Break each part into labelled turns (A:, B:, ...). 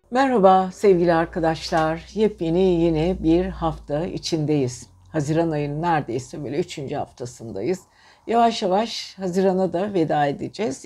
A: Merhaba sevgili arkadaşlar. Yepyeni yine bir hafta içindeyiz. Haziran ayının neredeyse böyle üçüncü haftasındayız. Yavaş yavaş Haziran'a da veda edeceğiz.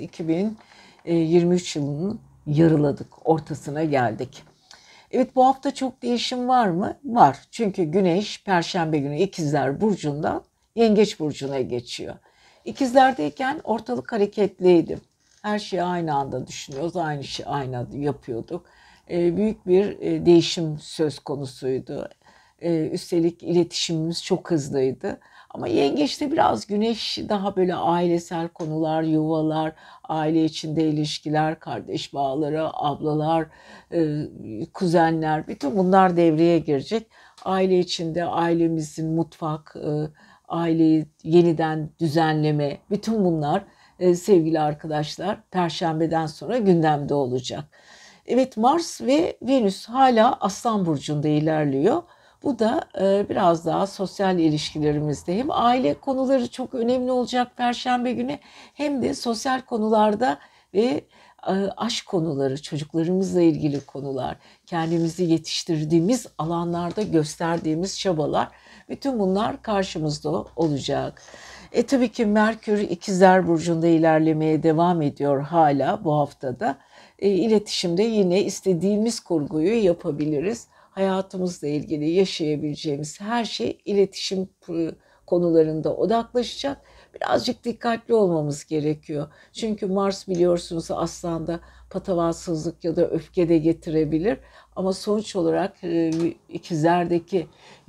A: 2023 yılının yarıladık, ortasına geldik. Evet, bu hafta çok değişim var mı? Var. Çünkü Güneş Perşembe günü İkizler Burcu'ndan Yengeç Burcu'na geçiyor. İkizlerdeyken ortalık hareketliydi. Her şeyi aynı anda düşünüyoruz, aynı şeyi aynı anda yapıyorduk. Büyük bir değişim söz konusuydu. Üstelik iletişimimiz çok hızlıydı. Ama Yengeç'te biraz Güneş daha böyle ailesel konular, yuvalar, aile içinde ilişkiler, kardeş bağları, ablalar, kuzenler, bütün bunlar devreye girecek. Aile içinde ailemizin mutfak, aileyi yeniden düzenleme, bütün bunlar sevgili arkadaşlar Perşembeden sonra gündemde olacak. Evet, Mars ve Venüs hala Aslan Burcu'nda ilerliyor. Bu da biraz daha sosyal ilişkilerimizde hem aile konuları çok önemli olacak Perşembe günü hem de sosyal konularda ve aşk konuları, çocuklarımızla ilgili konular, kendimizi yetiştirdiğimiz alanlarda gösterdiğimiz çabalar, bütün bunlar karşımızda olacak. Tabii ki Merkür İkizler Burcu'nda ilerlemeye devam ediyor hala bu haftada. İletişimde yine istediğimiz kurguyu yapabiliriz. Hayatımızla ilgili yaşayabileceğimiz her şey iletişim konularında odaklaşacak. Birazcık dikkatli olmamız gerekiyor. Çünkü Mars biliyorsunuz Aslan'da patavatsızlık ya da öfke de getirebilir. Ama sonuç olarak ikizlerdeki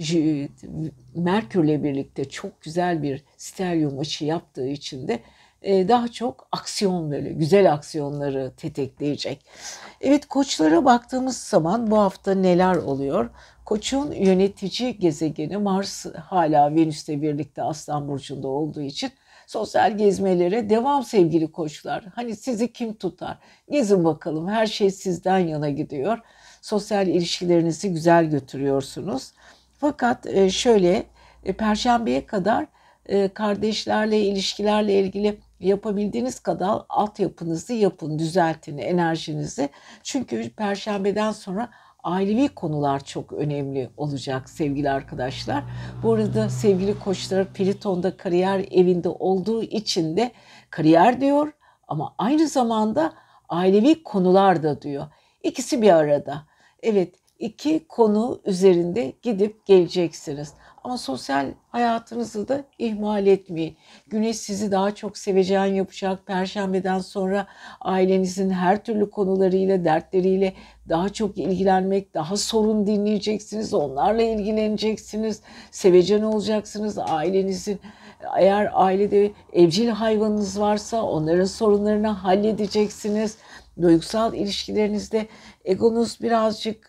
A: Merkür'le birlikte çok güzel bir steryum açı yaptığı için de daha çok aksiyon, böyle güzel aksiyonları tetikleyecek. Evet, koçlara baktığımız zaman bu hafta neler oluyor? Koç'un yönetici gezegeni Mars hala Venüs'le birlikte Aslan Burcu'nda olduğu için sosyal gezmelere devam sevgili koçlar. Hani sizi kim tutar? Gezin bakalım, her şey sizden yana gidiyor. Sosyal ilişkilerinizi güzel götürüyorsunuz. Fakat şöyle Perşembeye kadar kardeşlerle, ilişkilerle ilgili yapabildiğiniz kadar altyapınızı yapın, düzeltin enerjinizi. Çünkü Perşembeden sonra ailevi konular çok önemli olacak sevgili arkadaşlar. Bu arada sevgili koçlar Plüton'da kariyer evinde olduğu için de kariyer diyor ama aynı zamanda ailevi konular da diyor. İkisi bir arada. Evet, iki konu üzerinde gidip geleceksiniz. Ama sosyal hayatınızı da ihmal etmeyin. Güneş sizi daha çok sevecen yapacak. Perşembeden sonra ailenizin her türlü konularıyla, dertleriyle daha çok ilgilenmek, daha sorun dinleyeceksiniz, onlarla ilgileneceksiniz, sevecen olacaksınız. Ailenizin, eğer ailede evcil hayvanınız varsa onların sorunlarını halledeceksiniz. Duygusal ilişkilerinizde egonuz birazcık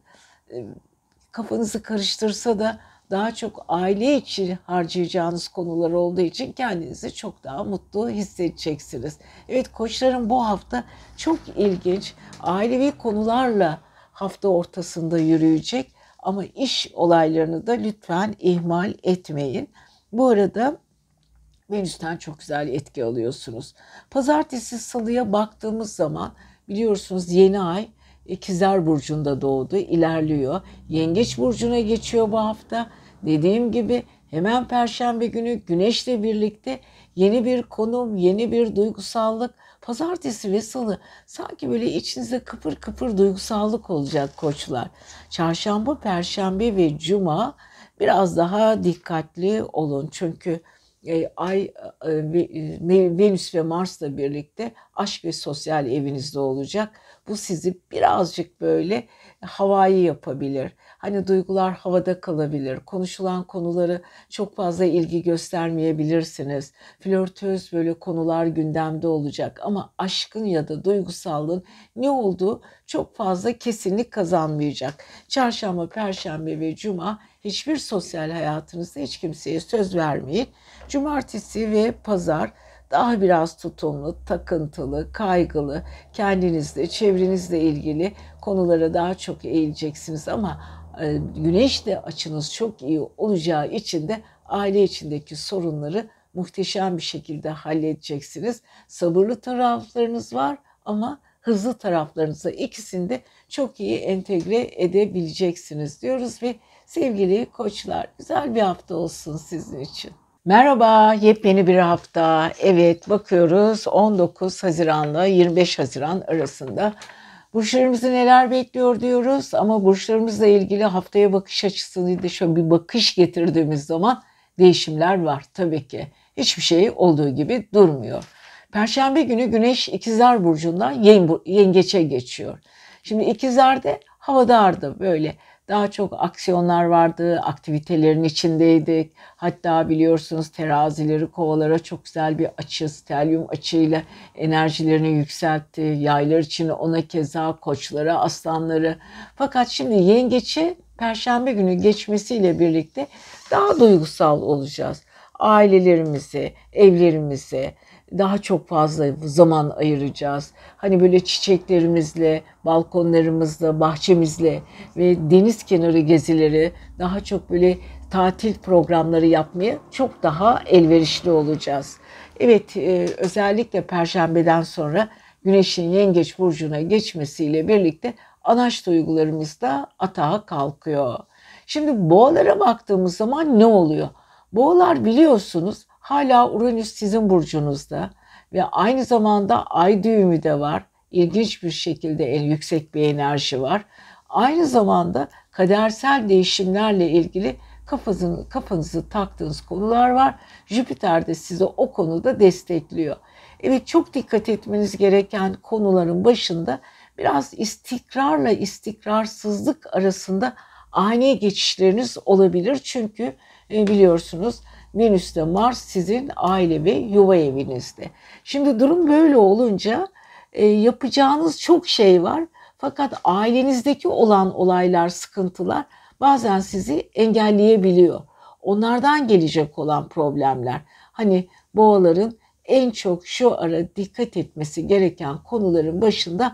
A: e, kafanızı karıştırsa da daha çok aile için harcayacağınız konular olduğu için kendinizi çok daha mutlu hissedeceksiniz. Evet, koçların bu hafta çok ilginç ailevi konularla hafta ortasında yürüyecek ama iş olaylarını da lütfen ihmal etmeyin. Bu arada Venüs'ten çok güzel etki alıyorsunuz. Pazartesi salıya baktığımız zaman biliyorsunuz yeni ay İkizler Burcu'nda doğdu, ilerliyor. Yengeç Burcu'na geçiyor bu hafta. Dediğim gibi hemen Perşembe günü Güneş'le birlikte yeni bir konum, yeni bir duygusallık. Pazartesi ve salı sanki böyle içinizde kıpır kıpır duygusallık olacak koçlar. Çarşamba, Perşembe ve Cuma biraz daha dikkatli olun. Çünkü Ay, Venüs ve Mars'la birlikte aşk ve sosyal evinizde olacak. Bu sizi birazcık böyle havai yapabilir. Hani duygular havada kalabilir. Konuşulan konuları çok fazla ilgi göstermeyebilirsiniz. Flörtöz böyle konular gündemde olacak. Ama aşkın ya da duygusallığın ne olduğu çok fazla kesinlik kazanmayacak. Çarşamba, Perşembe ve Cuma hiçbir sosyal hayatınızda hiç kimseye söz vermeyin. Cumartesi ve pazar daha biraz tutumlu, takıntılı, kaygılı, kendinizle, çevrenizle ilgili konulara daha çok eğileceksiniz ama güneşle açınız çok iyi olacağı için de aile içindeki sorunları muhteşem bir şekilde halledeceksiniz. Sabırlı taraflarınız var ama hızlı taraflarınızı ikisini de çok iyi entegre edebileceksiniz diyoruz ve sevgili koçlar, güzel bir hafta olsun sizin için. Merhaba, yepyeni bir hafta. Evet, bakıyoruz 19 Haziran'la 25 Haziran arasında burçlarımızı neler bekliyor diyoruz. Ama burçlarımızla ilgili haftaya bakış açısını da şöyle bir bakış getirdiğimiz zaman değişimler var tabii ki. Hiçbir şey olduğu gibi durmuyor. Perşembe günü Güneş İkizler Burcu'ndan Yengeç'e geçiyor. Şimdi İkizler'de havadar böyle daha çok aksiyonlar vardı, aktivitelerin içindeydik. Hatta biliyorsunuz terazileri kovalara çok güzel bir açı, stelyum açıyla enerjilerini yükseltti. Yaylar için ona keza koçlara, aslanları. Fakat şimdi yengeçe perşembe günü geçmesiyle birlikte daha duygusal olacağız. Ailelerimize, evlerimize daha çok fazla zaman ayıracağız. Hani böyle çiçeklerimizle, balkonlarımızla, bahçemizle ve deniz kenarı gezileri, daha çok böyle tatil programları yapmaya çok daha elverişli olacağız. Evet, özellikle Perşembeden sonra Güneş'in Yengeç Burcu'na geçmesiyle birlikte anaç duygularımız da atağa kalkıyor. Şimdi boğalara baktığımız zaman ne oluyor? Boğalar biliyorsunuz hala Uranüs sizin burcunuzda ve aynı zamanda ay düğümü de var. İlginç bir şekilde yüksek bir enerji var. Aynı zamanda kadersel değişimlerle ilgili kafanızı taktığınız konular var. Jüpiter de sizi o konuda destekliyor. Evet, çok dikkat etmeniz gereken konuların başında biraz istikrarla istikrarsızlık arasında ani geçişleriniz olabilir. Çünkü biliyorsunuz Venüs'te Mars sizin aile ve yuva evinizde. Şimdi durum böyle olunca yapacağınız çok şey var. Fakat ailenizdeki olan olaylar, sıkıntılar bazen sizi engelleyebiliyor. Onlardan gelecek olan problemler. Hani boğaların en çok şu ara dikkat etmesi gereken konuların başında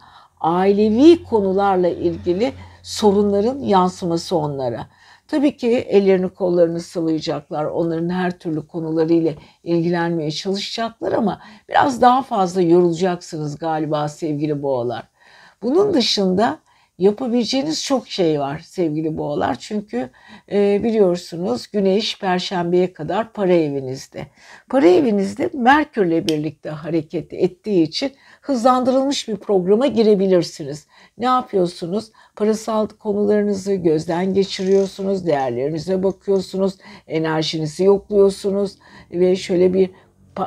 A: ailevi konularla ilgili sorunların yansıması onlara. Tabii ki ellerini kollarını sıvayacaklar, onların her türlü konularıyla ilgilenmeye çalışacaklar ama biraz daha fazla yorulacaksınız galiba sevgili boğalar. Bunun dışında yapabileceğiniz çok şey var sevgili boğalar. Çünkü biliyorsunuz Güneş Perşembe'ye kadar para evinizde. Para evinizde Merkür'le birlikte hareket ettiği için hızlandırılmış bir programa girebilirsiniz. Ne yapıyorsunuz? Parasal konularınızı gözden geçiriyorsunuz, değerlerinize bakıyorsunuz, enerjinizi yokluyorsunuz ve şöyle bir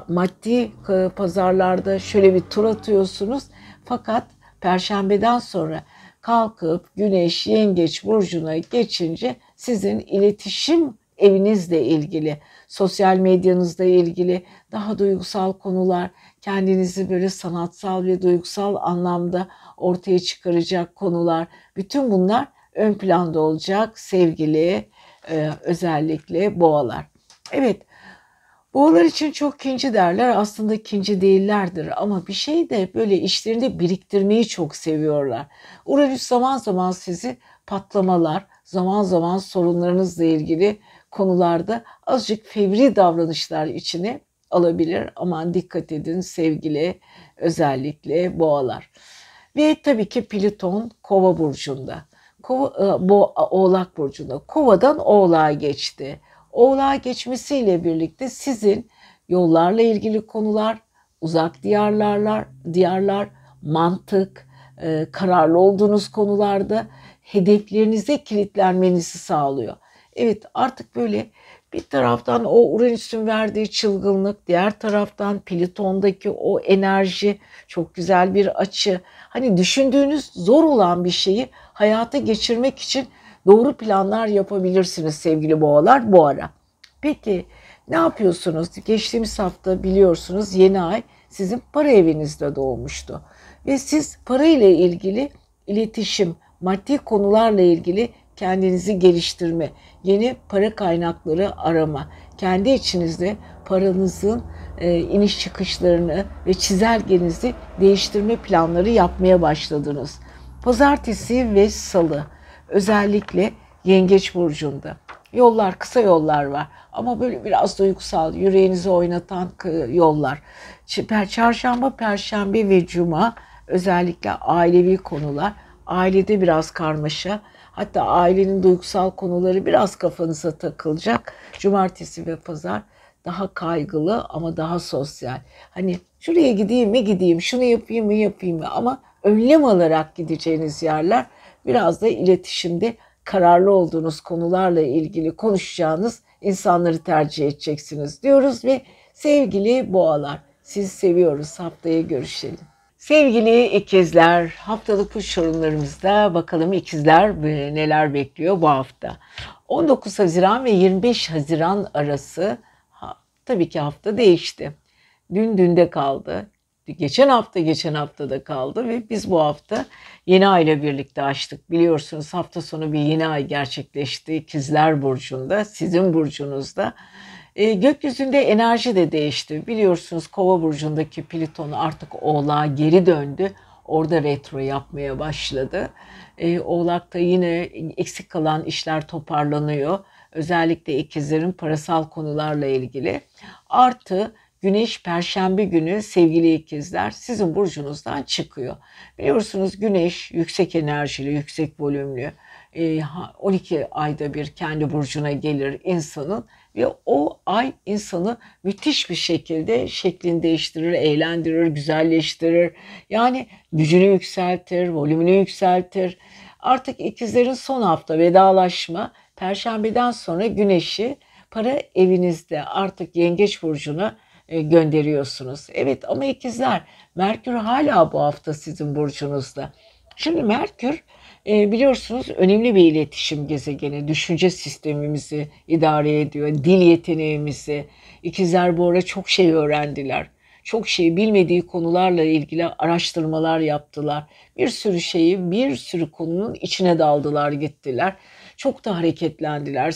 A: maddi pazarlarda şöyle bir tur atıyorsunuz. Fakat Perşembeden sonra kalkıp Güneş Yengeç Burcu'na geçince sizin iletişim evinizle ilgili, sosyal medyanızla ilgili daha duygusal konular, kendinizi böyle sanatsal ve duygusal anlamda ortaya çıkaracak konular, bütün bunlar ön planda olacak sevgili özellikle boğalar. Evet, boğalar için çok kinci derler. Aslında kinci değillerdir ama bir şey de böyle işlerinde biriktirmeyi çok seviyorlar. Uranüs zaman zaman sizi patlamalar, zaman zaman sorunlarınızla ilgili konularda azıcık fevri davranışlar içine alabilir. Aman dikkat edin sevgili özellikle boğalar. Ve tabii ki Plüton Kova burcunda. Oğlak burcunda. Kova'dan Oğlak'a geçti. Oğlak'a geçmesiyle birlikte sizin yollarla ilgili konular, uzak diyarlar, mantık, kararlı olduğunuz konularda hedeflerinize kilitlenmenizi sağlıyor. Evet, artık böyle bir taraftan o Uranüs'ün verdiği çılgınlık, diğer taraftan Plüton'daki o enerji, çok güzel bir açı. Hani düşündüğünüz zor olan bir şeyi hayata geçirmek için doğru planlar yapabilirsiniz sevgili boğalar bu ara. Peki ne yapıyorsunuz? Geçtiğimiz hafta biliyorsunuz yeni ay sizin para evinizde doğmuştu. Ve siz para ile ilgili iletişim, maddi konularla ilgili kendinizi geliştirme, yeni para kaynakları arama, kendi içinizde paranızın iniş çıkışlarını ve çizelgenizi değiştirme planları yapmaya başladınız. Pazartesi ve salı özellikle Yengeç burcunda yollar, kısa yollar var ama böyle biraz duygusal, yüreğinizi oynatan yollar. Çarşamba, Perşembe ve Cuma Özellikle ailevi konular, ailede biraz karmaşa, hatta ailenin duygusal konuları biraz kafanıza takılacak. Cumartesi ve pazar daha kaygılı ama daha sosyal. Hani şuraya gideyim mi gideyim, şunu yapayım mı yapayım mı, ama önlem alarak gideceğiniz yerler, biraz da iletişimde kararlı olduğunuz konularla ilgili konuşacağınız insanları tercih edeceksiniz diyoruz ve sevgili boğalar, sizi seviyoruz. Haftaya görüşelim. Sevgili ikizler, haftalık burç yorumlarımızda bakalım ikizler neler bekliyor bu hafta. 19 Haziran ve 25 Haziran arası tabii ki hafta değişti. Dün dünde kaldı. Geçen hafta da kaldı ve biz bu hafta yeni ay ile birlikte açtık. Biliyorsunuz hafta sonu bir yeni ay gerçekleşti İkizler Burcu'nda, sizin burcunuzda. Gökyüzünde enerji de değişti. Biliyorsunuz Kova burcundaki Plüton artık Oğlak'a geri döndü. Orada retro yapmaya başladı. Oğlak'ta yine eksik kalan işler toparlanıyor. Özellikle ikizlerin parasal konularla ilgili. Artı Güneş Perşembe günü sevgili ikizler sizin burcunuzdan çıkıyor. Biliyorsunuz Güneş yüksek enerjili, yüksek volümlü. 12 ayda bir kendi burcuna gelir insanın ve o ay insanı müthiş bir şekilde şeklini değiştirir, eğlendirir, güzelleştirir. Yani gücünü yükseltir, volümünü yükseltir. Artık ikizlerin son hafta vedalaşma, Perşembeden sonra Güneş'i para evinizde artık Yengeç burcuna gönderiyorsunuz. Evet, ama ikizler, Merkür hala bu hafta sizin burcunuzda. Şimdi Merkür biliyorsunuz önemli bir iletişim gezegeni. Düşünce sistemimizi idare ediyor. Dil yeteneğimizi. İkizler bu ara çok şey öğrendiler. Çok şey, bilmediği konularla ilgili araştırmalar yaptılar. Bir sürü şeyi, bir sürü konunun içine daldılar, gittiler. Çok da hareketlendiler.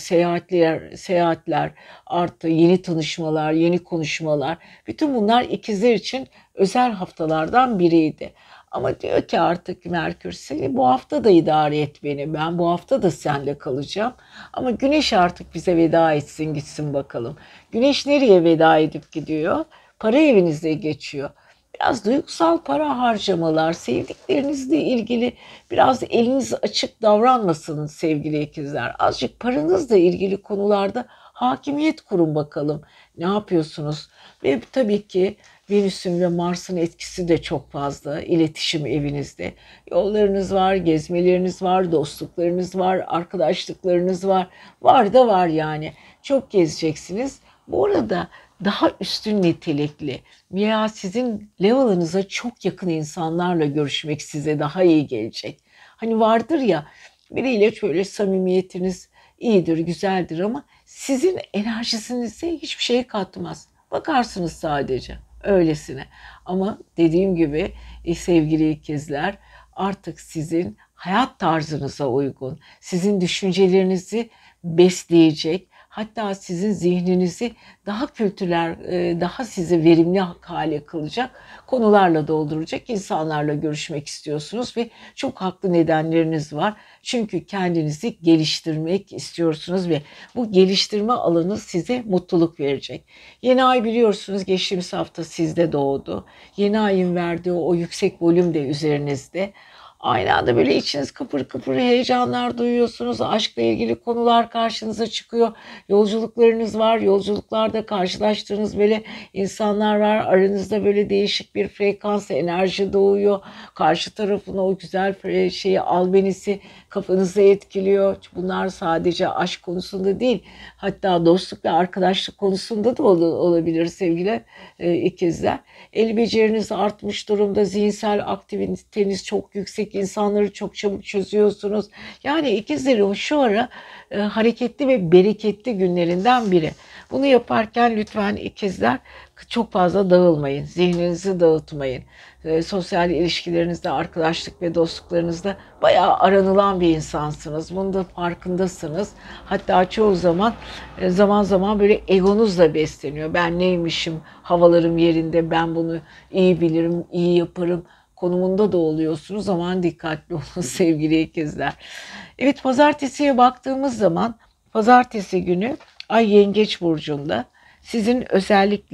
A: Seyahatler arttı, yeni tanışmalar, yeni konuşmalar. Bütün bunlar ikizler için özel haftalardan biriydi. Ama diyor ki artık Merkür, seni bu hafta da idare et beni. Ben bu hafta da seninle kalacağım. Ama Güneş artık bize veda etsin gitsin bakalım. Güneş nereye veda edip gidiyor? Para evinizde geçiyor. Biraz duygusal para harcamalar, sevdiklerinizle ilgili biraz eliniz açık davranmasın sevgili ikizler. Azıcık paranızla ilgili konularda hakimiyet kurun bakalım. Ne yapıyorsunuz? Ve tabii ki Venüs'ün ve Mars'ın etkisi de çok fazla iletişim evinizde. Yollarınız var, gezmeleriniz var, dostluklarınız var, arkadaşlıklarınız var. Var da var yani. Çok gezeceksiniz. Bu arada daha üstün nitelikli veya sizin level'ınıza çok yakın insanlarla görüşmek size daha iyi gelecek. Hani vardır ya, biriyle şöyle samimiyetiniz iyidir, güzeldir ama sizin enerjisinize hiçbir şey katmaz. Bakarsınız sadece öylesine. Ama dediğim gibi sevgili ikizler, artık sizin hayat tarzınıza uygun, sizin düşüncelerinizi besleyecek, hatta sizin zihninizi daha kültürel, daha sizi verimli hale kılacak konularla dolduracak insanlarla görüşmek istiyorsunuz ve çok haklı nedenleriniz var. Çünkü kendinizi geliştirmek istiyorsunuz ve bu geliştirme alanı size mutluluk verecek. Yeni ay biliyorsunuz geçtiğimiz hafta sizde doğdu. Yeni ayın verdiği o yüksek volüm de üzerinizde. Aynı anda böyle içiniz kıpır kıpır heyecanlar duyuyorsunuz. Aşkla ilgili konular karşınıza çıkıyor. Yolculuklarınız var. Yolculuklarda karşılaştığınız böyle insanlar var. Aranızda böyle değişik bir frekans, enerji doğuyor. Karşı tarafın o güzel şeyi, albenisi kafanızı etkiliyor. Bunlar sadece aşk konusunda değil, hatta dostluk ve arkadaşlık konusunda da olabilir sevgili ikizler. El beceriniz artmış durumda, zihinsel aktiviteniz çok yüksek, insanları çok çabuk çözüyorsunuz. Yani ikizlerin şu ara hareketli ve bereketli günlerinden biri. Bunu yaparken lütfen ikizler çok fazla dağılmayın, zihninizi dağıtmayın. Sosyal ilişkilerinizde, arkadaşlık ve dostluklarınızda bayağı aranılan bir insansınız. Bunun da farkındasınız. Hatta çoğu zaman zaman zaman böyle egonuzla besleniyor. Ben neymişim, havalarım yerinde, ben bunu iyi bilirim, iyi yaparım konumunda da oluyorsunuz. Aman dikkatli olun sevgili ikizler. Evet, pazartesiye baktığımız zaman pazartesi günü Ay Yengeç burcunda. Sizin özellikle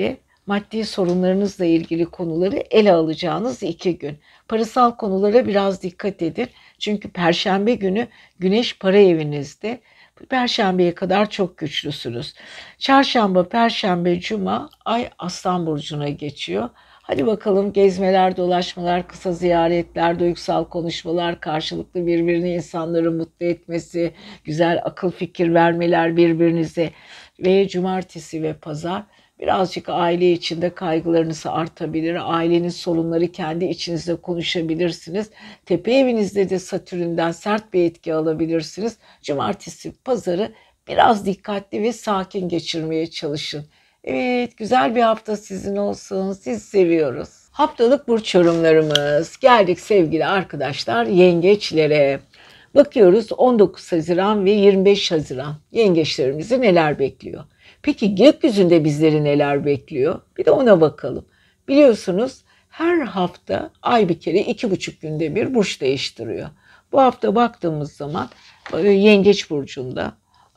A: maddi sorunlarınızla ilgili konuları ele alacağınız 2 gün. Parasal konulara biraz dikkat edin. Çünkü Perşembe günü Güneş para evinizde. Perşembeye kadar çok güçlüsünüz. Çarşamba, Perşembe, Cuma Ay Aslan Burcu'na geçiyor. Hadi bakalım gezmeler, dolaşmalar, kısa ziyaretler, duygusal konuşmalar, karşılıklı birbirini insanları mutlu etmesi, güzel akıl fikir vermeler birbirinize ve cumartesi ve pazar birazcık aile içinde kaygılarınız artabilir. Ailenin sorunları kendi içinizde konuşabilirsiniz. Tepe evinizde de Satürn'den sert bir etki alabilirsiniz. Cumartesi, pazarı biraz dikkatli ve sakin geçirmeye çalışın. Evet, güzel bir hafta sizin olsun. Sizi seviyoruz. Haftalık burç yorumlarımız. Geldik sevgili arkadaşlar yengeçlere. Bakıyoruz 19 Haziran ve 25 Haziran yengeçlerimizi neler bekliyor? Peki gökyüzünde bizleri neler bekliyor? Bir de ona bakalım. Biliyorsunuz her hafta ay bir kere 2,5 günde bir burç değiştiriyor. Bu hafta baktığımız zaman Yengeç Burcu'nda,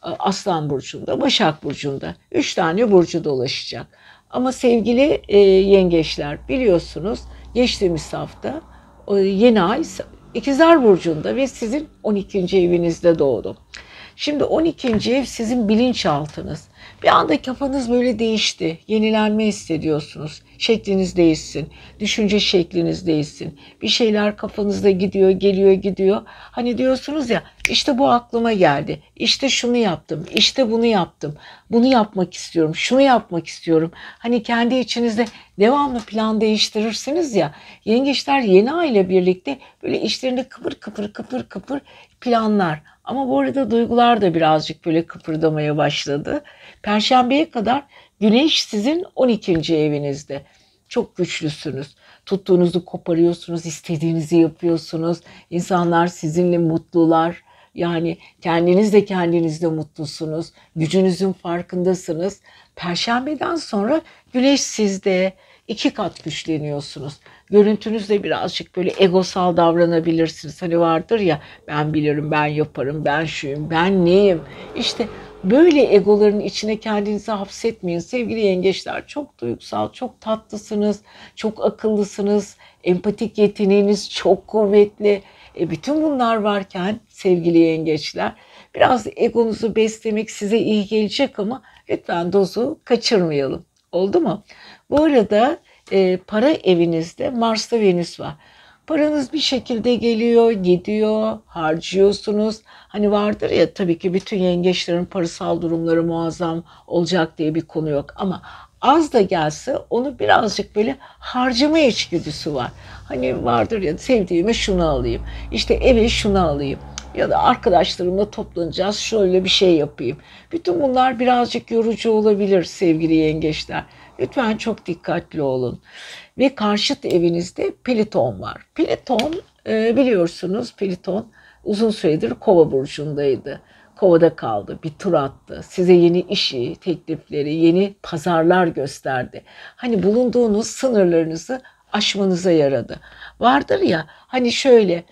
A: Aslan Burcu'nda, Başak Burcu'nda 3 tane burcu dolaşacak. Ama sevgili yengeçler biliyorsunuz geçtiğimiz hafta yeni ay İkizler Burcu'nda ve sizin 12. evinizde doğdu. Şimdi 12. ev sizin bilinçaltınız. Bir anda kafanız böyle değişti. Yenilenme hissediyorsunuz. Şekliniz değişsin. Düşünce şekliniz değişsin. Bir şeyler kafanızda gidiyor, geliyor, gidiyor. Hani diyorsunuz ya işte bu aklıma geldi. İşte şunu yaptım. İşte bunu yaptım. Bunu yapmak istiyorum. Şunu yapmak istiyorum. Hani kendi içinizde devamlı plan değiştirirsiniz ya. Yengeçler yeni ay ile birlikte böyle işlerinde kıpır kıpır kıpır kıpır planlar. Ama bu arada duygular da birazcık böyle kıpırdamaya başladı. Perşembeye kadar Güneş sizin 12. evinizde. Çok güçlüsünüz. Tuttuğunuzu koparıyorsunuz, istediğinizi yapıyorsunuz. İnsanlar sizinle mutlular. Yani kendiniz de kendinizde mutlusunuz. Gücünüzün farkındasınız. Perşembeden sonra Güneş sizde 2 kat güçleniyorsunuz. Görüntünüzde birazcık böyle egosal davranabilirsiniz. Hani vardır ya ben bilirim, ben yaparım, ben şuyum, ben neyim. İşte böyle egoların içine kendinizi hapsetmeyin. Sevgili yengeçler çok duygusal, çok tatlısınız, çok akıllısınız. Empatik yeteneğiniz çok kuvvetli. Bütün bunlar varken sevgili yengeçler biraz egonuzu beslemek size iyi gelecek ama lütfen dozu kaçırmayalım. Oldu mu? Bu arada para evinizde Mars'ta Venüs var. Paranız bir şekilde geliyor, gidiyor, harcıyorsunuz. Hani vardır ya tabii ki bütün yengeçlerin parasal durumları muazzam olacak diye bir konu yok. Ama az da gelse onu birazcık böyle harcama içgüdüsü var. Hani vardır ya sevdiğime şunu alayım, işte eve şunu alayım ya da arkadaşlarımla toplanacağız şöyle bir şey yapayım. Bütün bunlar birazcık yorucu olabilir sevgili yengeçler. Lütfen çok dikkatli olun. Ve karşıt evinizde Plüton var. Plüton biliyorsunuz Plüton uzun süredir Kova burcundaydı. Kovada kaldı, bir tur attı. Size yeni işi, teklifleri, yeni pazarlar gösterdi. Hani bulunduğunuz sınırlarınızı aşmanıza yaradı. Vardır ya hani şöyle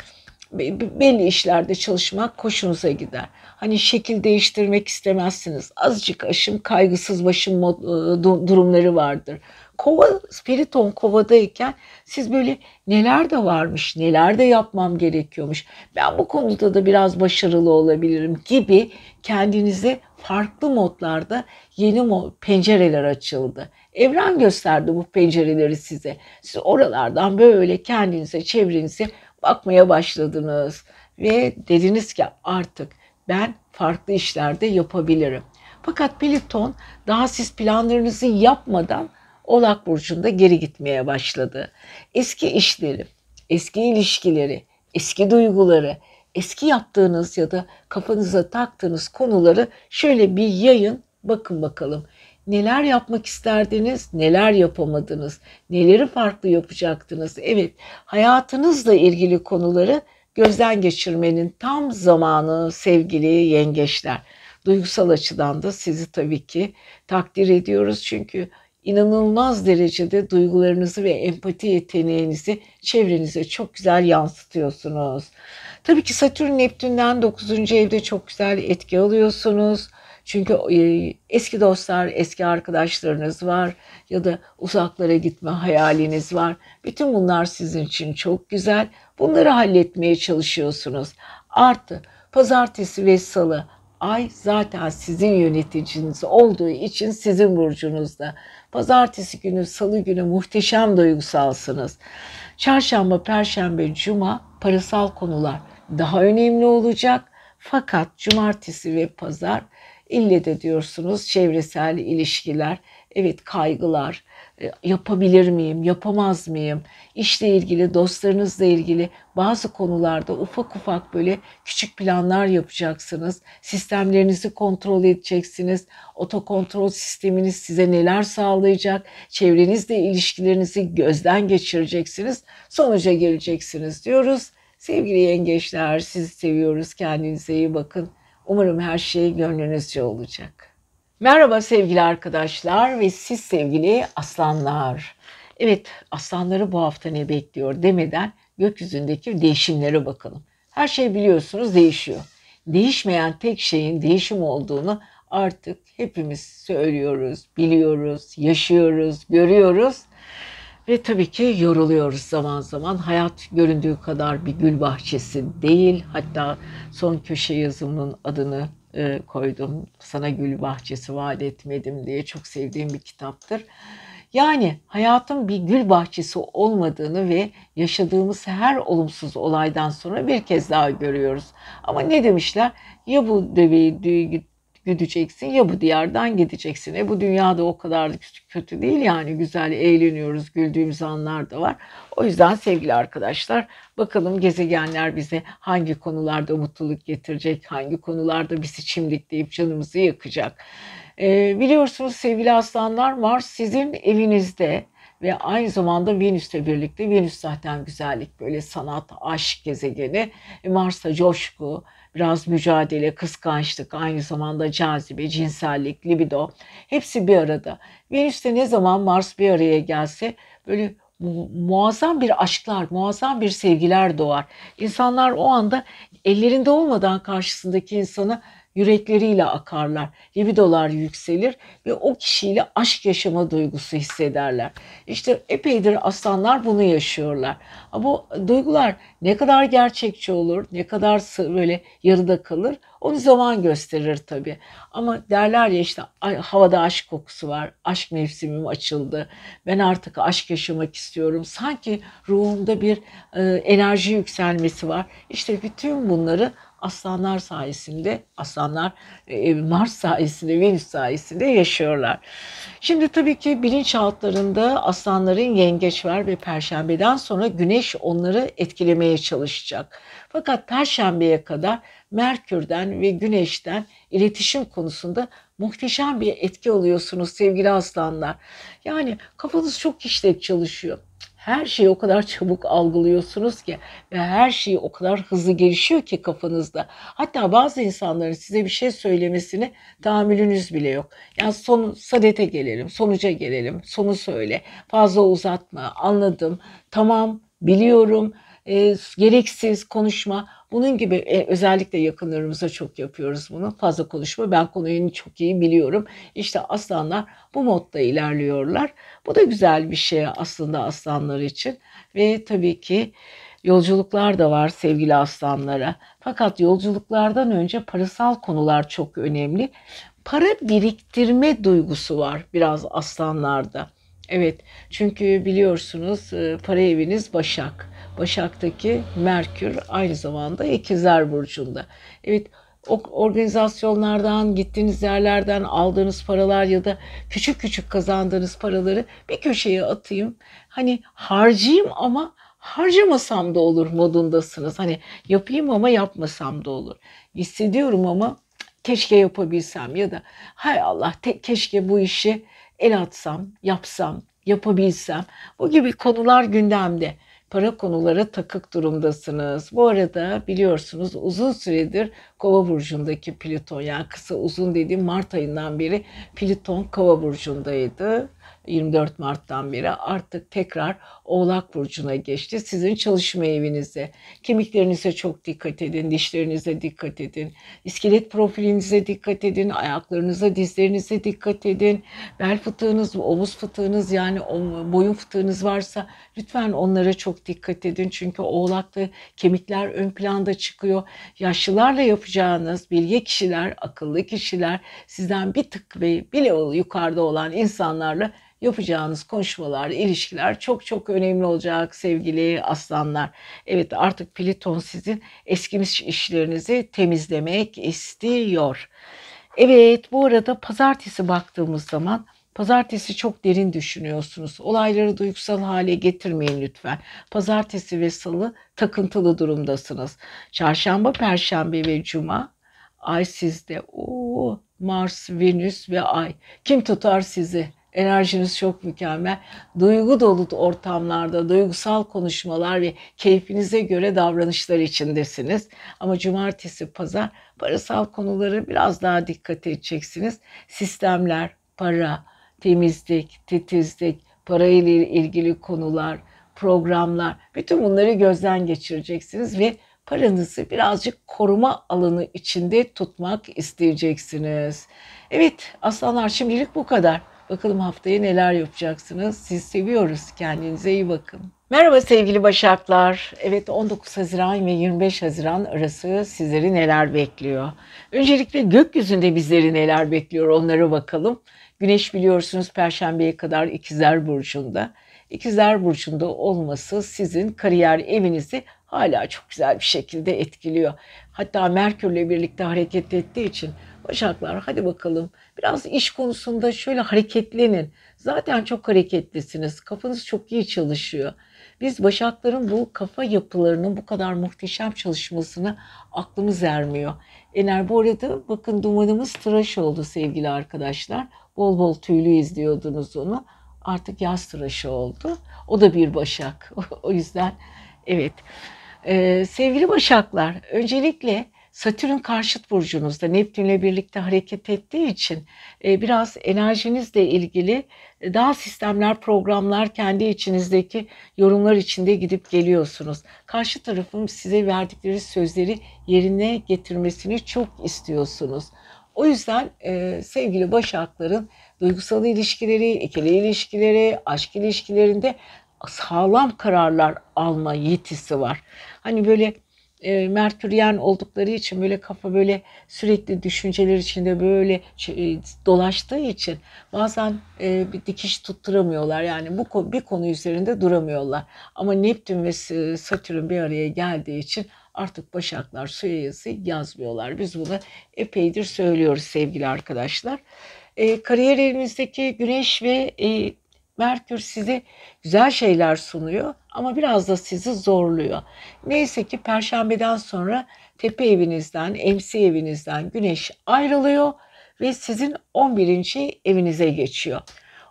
A: belli işlerde çalışmak hoşunuza gider. Hani şekil değiştirmek istemezsiniz. Azıcık aşım, kaygısız başım durumları vardır. Kova, Spiriton kovadayken siz böyle neler de varmış, neler de yapmam gerekiyormuş. Ben bu konuda da biraz başarılı olabilirim gibi kendinize farklı modlarda yeni pencereler açıldı. Evren gösterdi bu pencereleri size. Siz oralardan böyle kendinize, çevrenize bakmaya başladınız ve dediniz ki artık ben farklı işlerde yapabilirim. Fakat Plüton daha siz planlarınızı yapmadan Oğlak Burcu'nda geri gitmeye başladı. Eski işleri, eski ilişkileri, eski duyguları, eski yaptığınız ya da kafanıza taktığınız konuları şöyle bir yayın, bakın bakalım. Neler yapmak isterdiniz, neler yapamadınız, neleri farklı yapacaktınız? Evet, hayatınızla ilgili konuları gözden geçirmenin tam zamanı sevgili yengeçler. Duygusal açıdan da sizi tabii ki takdir ediyoruz çünkü inanılmaz derecede duygularınızı ve empati yeteneğinizi çevrenize çok güzel yansıtıyorsunuz. Tabii ki Satürn Neptün'den 9. evde çok güzel etki alıyorsunuz. Çünkü eski dostlar, eski arkadaşlarınız var ya da uzaklara gitme hayaliniz var. Bütün bunlar sizin için çok güzel. Bunları halletmeye çalışıyorsunuz. Artı pazartesi ve salı ay zaten sizin yöneticiniz olduğu için sizin burcunuzda. Pazartesi günü, salı günü muhteşem duygusalsınız. Çarşamba, perşembe, cuma parasal konular daha önemli olacak. Fakat cumartesi ve pazar ille de diyorsunuz çevresel ilişkiler, evet kaygılar, yapabilir miyim, yapamaz mıyım? İşle ilgili, dostlarınızla ilgili bazı konularda ufak ufak böyle küçük planlar yapacaksınız. Sistemlerinizi kontrol edeceksiniz. Otokontrol sisteminiz size neler sağlayacak? Çevrenizle ilişkilerinizi gözden geçireceksiniz. Sonuca geleceksiniz diyoruz. Sevgili yengeçler, sizi seviyoruz. Kendinize iyi bakın. Umarım her şey gönlünüzce olacak. Merhaba sevgili arkadaşlar ve siz sevgili aslanlar. Evet, aslanları bu hafta ne bekliyor demeden gökyüzündeki değişimlere bakalım. Her şey biliyorsunuz değişiyor. Değişmeyen tek şeyin değişim olduğunu artık hepimiz söylüyoruz, biliyoruz, yaşıyoruz, görüyoruz. Ve tabii ki yoruluyoruz zaman zaman. Hayat göründüğü kadar bir gül bahçesi değil. Hatta son köşe yazımının adını koydum. Sana gül bahçesi vaat etmedim diye, çok sevdiğim bir kitaptır. Yani hayatın bir gül bahçesi olmadığını ve yaşadığımız her olumsuz olaydan sonra bir kez daha görüyoruz. Ama ne demişler? Ya bu deveyi güdeceksin ya bu diyardan gideceksin. Bu dünyada o kadar da kötü değil yani, güzel eğleniyoruz, güldüğümüz anlar da var. O yüzden sevgili arkadaşlar, bakalım gezegenler bize hangi konularda mutluluk getirecek, hangi konularda bizi çimdikleyip canımızı yakacak. Biliyorsunuz sevgili aslanlar, Mars sizin evinizde ve aynı zamanda Venüs'le birlikte. Venüs zaten güzellik, böyle sanat, aşk gezegeni. Mars'ta coşku, biraz mücadele, kıskançlık, aynı zamanda cazibe, cinsellik, libido hepsi bir arada. Venüs'te ne zaman Mars bir araya gelse böyle muazzam bir aşklar, muazzam bir sevgiler doğar. İnsanlar o anda ellerinde olmadan karşısındaki insanı yürekleriyle akarlar. Libidolar yükselir ve o kişiyle aşk yaşama duygusu hissederler. İşte epeydir aslanlar bunu yaşıyorlar. Ama bu duygular ne kadar gerçekçi olur, ne kadar böyle yarıda kalır, onu zaman gösterir tabii. Ama derler ya işte havada aşk kokusu var, aşk mevsimim açıldı, ben artık aşk yaşamak istiyorum. Sanki ruhumda bir enerji yükselmesi var. İşte bütün bunları aslanlar sayesinde, aslanlar Mars sayesinde, Venüs sayesinde yaşıyorlar. Şimdi tabii ki bilinçaltlarında aslanların yengeç var ve perşembeden sonra güneş onları etkilemeye çalışacak. Fakat perşembeye kadar Merkür'den ve güneşten iletişim konusunda muhteşem bir etki alıyorsunuz sevgili aslanlar. Yani kafanız çok işlek çalışıyor. Her şeyi o kadar çabuk algılıyorsunuz ki ve her şey o kadar hızlı gelişiyor ki kafanızda. Hatta bazı insanların size bir şey söylemesine tahammülünüz bile yok. Yani sadete gelelim, sonuca gelelim, sonu söyle, fazla uzatma, anladım, tamam, biliyorum, gereksiz konuşma. Bunun gibi özellikle yakınlarımıza çok yapıyoruz bunu. Fazla konuşma, ben konuyu çok iyi biliyorum. İşte aslanlar bu modda ilerliyorlar. Bu da güzel bir şey aslında aslanlar için. Ve tabii ki yolculuklar da var sevgili aslanlara. Fakat yolculuklardan önce parasal konular çok önemli. Para biriktirme duygusu var biraz aslanlarda. Evet, çünkü biliyorsunuz para eviniz Başak. Başak'taki Merkür aynı zamanda İkizler Burcu'nda. Evet, organizasyonlardan, gittiğiniz yerlerden aldığınız paralar ya da küçük küçük kazandığınız paraları bir köşeye atayım. Hani harcayayım ama harcamasam da olur modundasınız. Hani yapayım ama yapmasam da olur. Hissediyorum ama keşke yapabilsem ya da hay Allah keşke bu işi el atsam, yapsam, yapabilsem. Bu gibi konular gündemde. Para konulara takık durumdasınız. Bu arada biliyorsunuz uzun süredir Kova burcundaki Plüton, yani kısa uzun dediğim Mart ayından beri Plüton Kova burcundaydı. 24 Mart'tan beri artık tekrar Oğlak Burcu'na geçti. Sizin çalışma evinize, kemiklerinize çok dikkat edin, dişlerinize dikkat edin, iskelet profilinize dikkat edin, ayaklarınıza, dizlerinize dikkat edin. Bel fıtığınız, omuz fıtığınız yani boyun fıtığınız varsa lütfen onlara çok dikkat edin. Çünkü Oğlak'ta kemikler ön planda çıkıyor. Yaşlılarla yapacağınız bilge kişiler, akıllı kişiler, sizden bir tık ve bir level yukarıda olan insanlarla yapacağınız konuşmalar, ilişkiler çok çok önemli olacak sevgili aslanlar. Evet, artık Plüton sizin eskimiş işlerinizi temizlemek istiyor. Evet, bu arada pazartesi baktığımız zaman pazartesi çok derin düşünüyorsunuz. Olayları duygusal hale getirmeyin lütfen. Pazartesi ve salı takıntılı durumdasınız. Çarşamba, perşembe ve cuma ay sizde. Oo, Mars, Venüs ve ay. Kim tutar sizi? Enerjiniz çok mükemmel. Duygu dolu ortamlarda, duygusal konuşmalar ve keyfinize göre davranışlar içindesiniz. Ama cumartesi, pazar parasal konuları biraz daha dikkat edeceksiniz. Sistemler, para, temizlik, titizlik, parayla ilgili konular, programlar, bütün bunları gözden geçireceksiniz ve paranızı birazcık koruma alanı içinde tutmak isteyeceksiniz. Evet aslanlar, şimdilik bu kadar. Bakalım haftaya neler yapacaksınız? Sizi seviyoruz. Kendinize iyi bakın. Merhaba sevgili Başaklar. Evet, 19 Haziran ve 25 Haziran arası sizleri neler bekliyor? Öncelikle gökyüzünde bizleri neler bekliyor onlara bakalım. Güneş biliyorsunuz Perşembe'ye kadar İkizler Burcu'nda. İkizler Burcu'nda olması sizin kariyer evinizi hala çok güzel bir şekilde etkiliyor. Hatta Merkür'le birlikte hareket ettiği için Başaklar, hadi bakalım biraz iş konusunda şöyle hareketlenin. Zaten çok hareketlisiniz. Kafanız çok iyi çalışıyor. Biz Başakların bu kafa yapılarının bu kadar muhteşem çalışmasını aklımız ermiyor. Bu arada bakın, dumanımız tıraş oldu sevgili arkadaşlar. Bol bol tüylü izliyordunuz onu. Artık yaz tıraşı oldu. O da bir Başak. O yüzden evet. Sevgili Başaklar, öncelikle Satürn karşıt burcunuzda Neptünle birlikte hareket ettiği için biraz enerjinizle ilgili daha sistemler, programlar, kendi içinizdeki yorumlar içinde gidip geliyorsunuz. Karşı tarafın size verdikleri sözleri yerine getirmesini çok istiyorsunuz. O yüzden sevgili Başakların duygusal ilişkileri, ikili ilişkileri, aşk ilişkilerinde sağlam kararlar alma yetisi var. Hani böyle Merküryen oldukları için böyle kafa böyle sürekli düşünceler içinde böyle dolaştığı için bazen bir dikiş tutturamıyorlar. Yani bir konu üzerinde duramıyorlar. Ama Neptün ve Satürn bir araya geldiği için artık Başaklar suya yazı yazmıyorlar. Biz bunu epeydir söylüyoruz sevgili arkadaşlar. Kariyer evinizdeki Güneş ve Merkür size güzel şeyler sunuyor ama biraz da sizi zorluyor. Neyse ki Perşembeden sonra tepe evinizden, emsi evinizden Güneş ayrılıyor ve sizin 11. evinize geçiyor.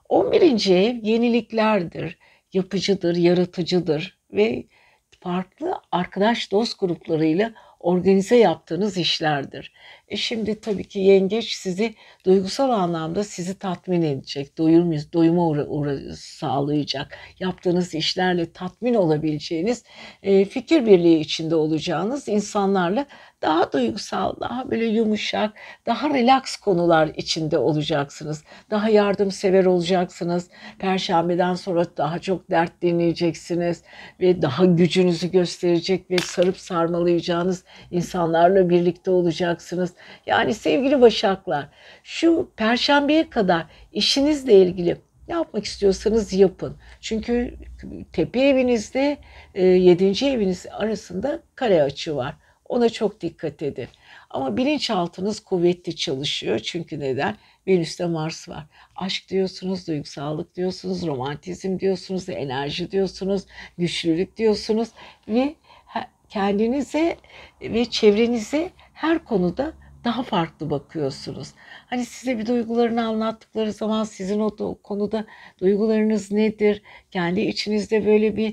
A: 11. ev yeniliklerdir, yapıcıdır, yaratıcıdır ve farklı arkadaş dost gruplarıyla organize yaptığınız işlerdir. Şimdi tabii ki yengeç sizi duygusal anlamda sizi tatmin edecek, doyuma sağlayacak. Yaptığınız işlerle tatmin olabileceğiniz, fikir birliği içinde olacağınız insanlarla daha duygusal, daha böyle yumuşak, daha relax konular içinde olacaksınız. Daha yardımsever olacaksınız. Perşembeden sonra daha çok dert dinleyeceksiniz ve daha gücünüzü gösterecek ve sarıp sarmalayacağınız insanlarla birlikte olacaksınız. Yani sevgili Başaklar, şu Perşembeye kadar işinizle ilgili ne yapmak istiyorsanız yapın. Çünkü tepe evinizde 7. eviniz arasında kare açı var. Ona çok dikkat edin. Ama bilinçaltınız kuvvetli çalışıyor. Çünkü neden? Venüs'te Mars var. Aşk diyorsunuz, duygusallık diyorsunuz, romantizm diyorsunuz, enerji diyorsunuz, güçlülük diyorsunuz ve kendinize ve çevrenize her konuda daha farklı bakıyorsunuz. Hani size bir duygularını anlattıkları zaman sizin o konuda duygularınız nedir? Kendi içinizde böyle bir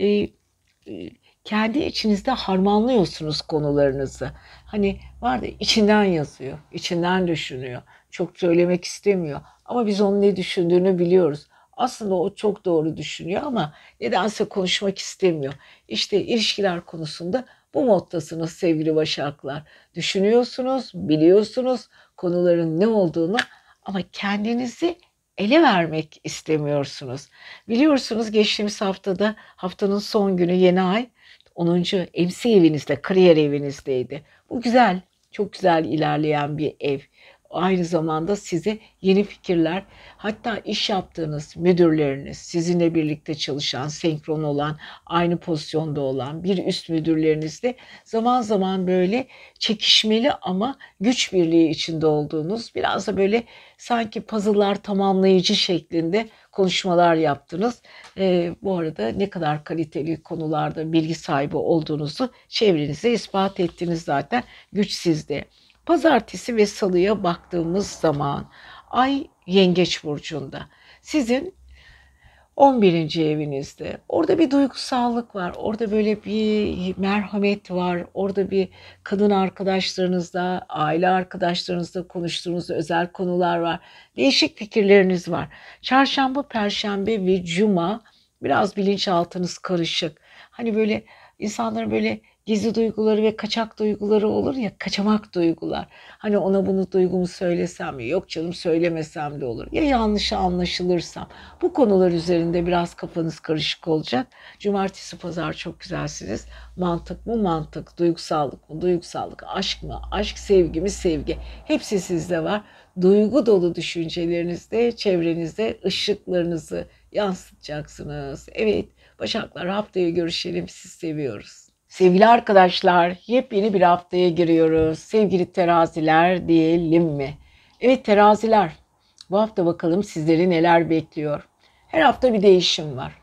A: kendi içinizde harmanlıyorsunuz konularınızı. Hani var da içinden yazıyor, içinden düşünüyor. Çok söylemek istemiyor. Ama biz onun ne düşündüğünü biliyoruz. Aslında o çok doğru düşünüyor ama nedense konuşmak istemiyor. İşte ilişkiler konusunda bu moddasınız sevgili Başaklar. Düşünüyorsunuz, biliyorsunuz konuların ne olduğunu ama kendinizi ele vermek istemiyorsunuz. Biliyorsunuz geçtiğimiz haftada haftanın son günü yeni ay 10. MC evinizde, kariyer evinizdeydi. Bu güzel, çok güzel ilerleyen bir ev. Aynı zamanda size yeni fikirler, hatta iş yaptığınız müdürleriniz, sizinle birlikte çalışan, senkron olan, aynı pozisyonda olan bir üst müdürlerinizle zaman zaman böyle çekişmeli ama güç birliği içinde olduğunuz, biraz da böyle sanki puzzle'lar tamamlayıcı şeklinde konuşmalar yaptınız. Bu arada ne kadar kaliteli konularda bilgi sahibi olduğunuzu çevrenize ispat ettiniz zaten. Güç sizde. Pazartesi ve salıya baktığımız zaman Ay Yengeç burcunda. Sizin 11. evinizde. Orada bir duygusallık var. Orada böyle bir merhamet var. Orada bir kadın arkadaşlarınızla, aile arkadaşlarınızla konuştuğunuz özel konular var. Değişik fikirleriniz var. Çarşamba, Perşembe ve Cuma biraz bilinçaltınız karışık. Hani böyle insanların böyle gizli duyguları ve kaçak duyguları olur ya, kaçamak duygular. Hani ona bunu duygumu söylesem mi? Yok canım söylemesem de olur. Ya yanlış anlaşılırsam. Bu konular üzerinde biraz kafanız karışık olacak. Cumartesi, pazar çok güzelsiniz. Mantık mı mantık, duygusallık mı duygusallık, aşk mı aşk, sevgi mi sevgi. Hepsi sizde var. Duygu dolu düşüncelerinizde, çevrenizde ışıklarınızı yansıtacaksınız. Evet, Başaklar haftaya görüşelim. Sizi seviyoruz. Sevgili arkadaşlar, yepyeni bir haftaya giriyoruz. Sevgili teraziler diyelim mi? Evet teraziler, bu hafta bakalım sizleri neler bekliyor. Her hafta bir değişim var.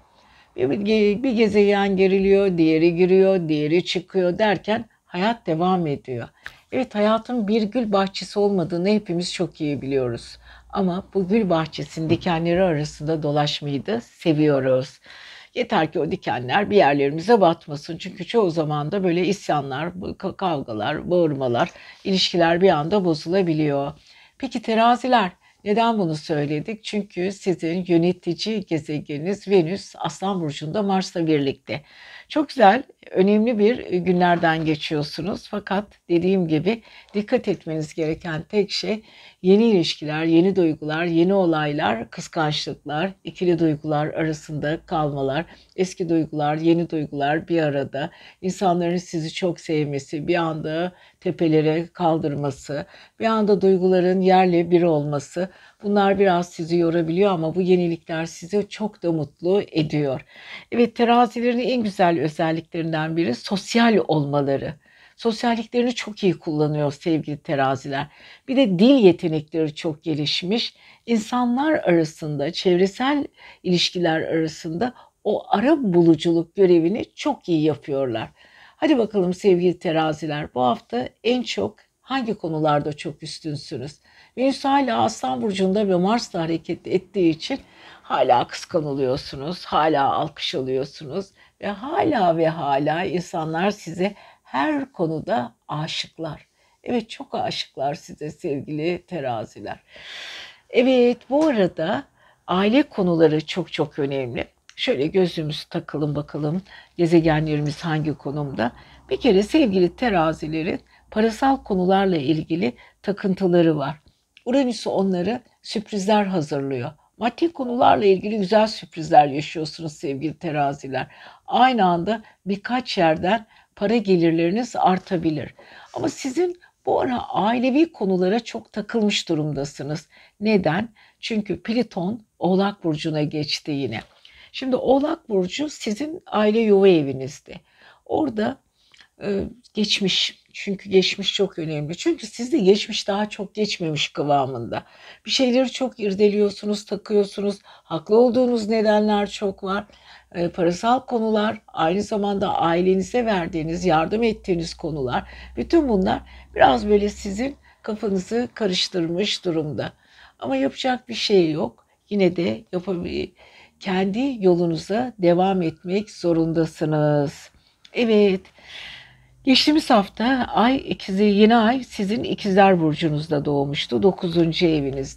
A: Bir gezegen geriliyor, diğeri giriyor, diğeri çıkıyor derken hayat devam ediyor. Evet hayatın bir gül bahçesi olmadığını hepimiz çok iyi biliyoruz. Ama bu gül bahçesinin dikenleri arasında dolaşmayı da seviyoruz. Yeter ki o dikenler bir yerlerimize batmasın. Çünkü çoğu zaman da böyle isyanlar, kavgalar, bağırmalar, ilişkiler bir anda bozulabiliyor. Peki teraziler, neden bunu söyledik? Çünkü sizin yönetici gezegeniniz Venüs Aslan Burcu'nda Mars'la birlikte. Çok güzel, önemli bir günlerden geçiyorsunuz. Fakat dediğim gibi dikkat etmeniz gereken tek şey yeni ilişkiler, yeni duygular, yeni olaylar, kıskançlıklar, ikili duygular arasında kalmalar, eski duygular, yeni duygular bir arada, insanların sizi çok sevmesi, bir anda tepelere kaldırması, bir anda duyguların yerle bir olması, bunlar biraz sizi yorabiliyor ama bu yenilikler sizi çok da mutlu ediyor. Evet, terazilerin en güzel özelliklerinden biri sosyal olmaları. Sosyalliklerini çok iyi kullanıyor sevgili teraziler. Bir de dil yetenekleri çok gelişmiş. İnsanlar arasında, çevresel ilişkiler arasında o ara buluculuk görevini çok iyi yapıyorlar. Hadi bakalım sevgili teraziler, bu hafta en çok hangi konularda çok üstünsünüz? Venüs hala Aslan Burcu'nda ve Mars'ta hareket ettiği için hala kıskanılıyorsunuz, hala alkış alıyorsunuz ve hala insanlar size her konuda aşıklar. Evet çok aşıklar size sevgili teraziler. Evet bu arada aile konuları çok çok önemli. Şöyle gözümüzü takalım bakalım gezegenlerimiz hangi konumda. Bir kere sevgili terazilerin parasal konularla ilgili takıntıları var. Uranüs onları sürprizler hazırlıyor. Maddi konularla ilgili güzel sürprizler yaşıyorsunuz sevgili teraziler. Aynı anda birkaç yerden para gelirleriniz artabilir. Ama sizin bu ara ailevi konulara çok takılmış durumdasınız. Neden? Çünkü Plüton Oğlak Burcu'na geçti yine. Şimdi Oğlak Burcu sizin aile yuva evinizde. Orada geçmiş. Çünkü geçmiş çok önemli. Çünkü sizde geçmiş daha çok geçmemiş kıvamında. Bir şeyleri çok irdeliyorsunuz, takıyorsunuz. Haklı olduğunuz nedenler çok var. Parasal konular, aynı zamanda ailenize verdiğiniz, yardım ettiğiniz konular. Bütün bunlar biraz böyle sizin kafanızı karıştırmış durumda. Ama yapacak bir şey yok. Yine de kendi yolunuza devam etmek zorundasınız. Evet. Geçtiğimiz hafta yeni ay sizin ikizler burcunuzda doğmuştu. 9. evinizde.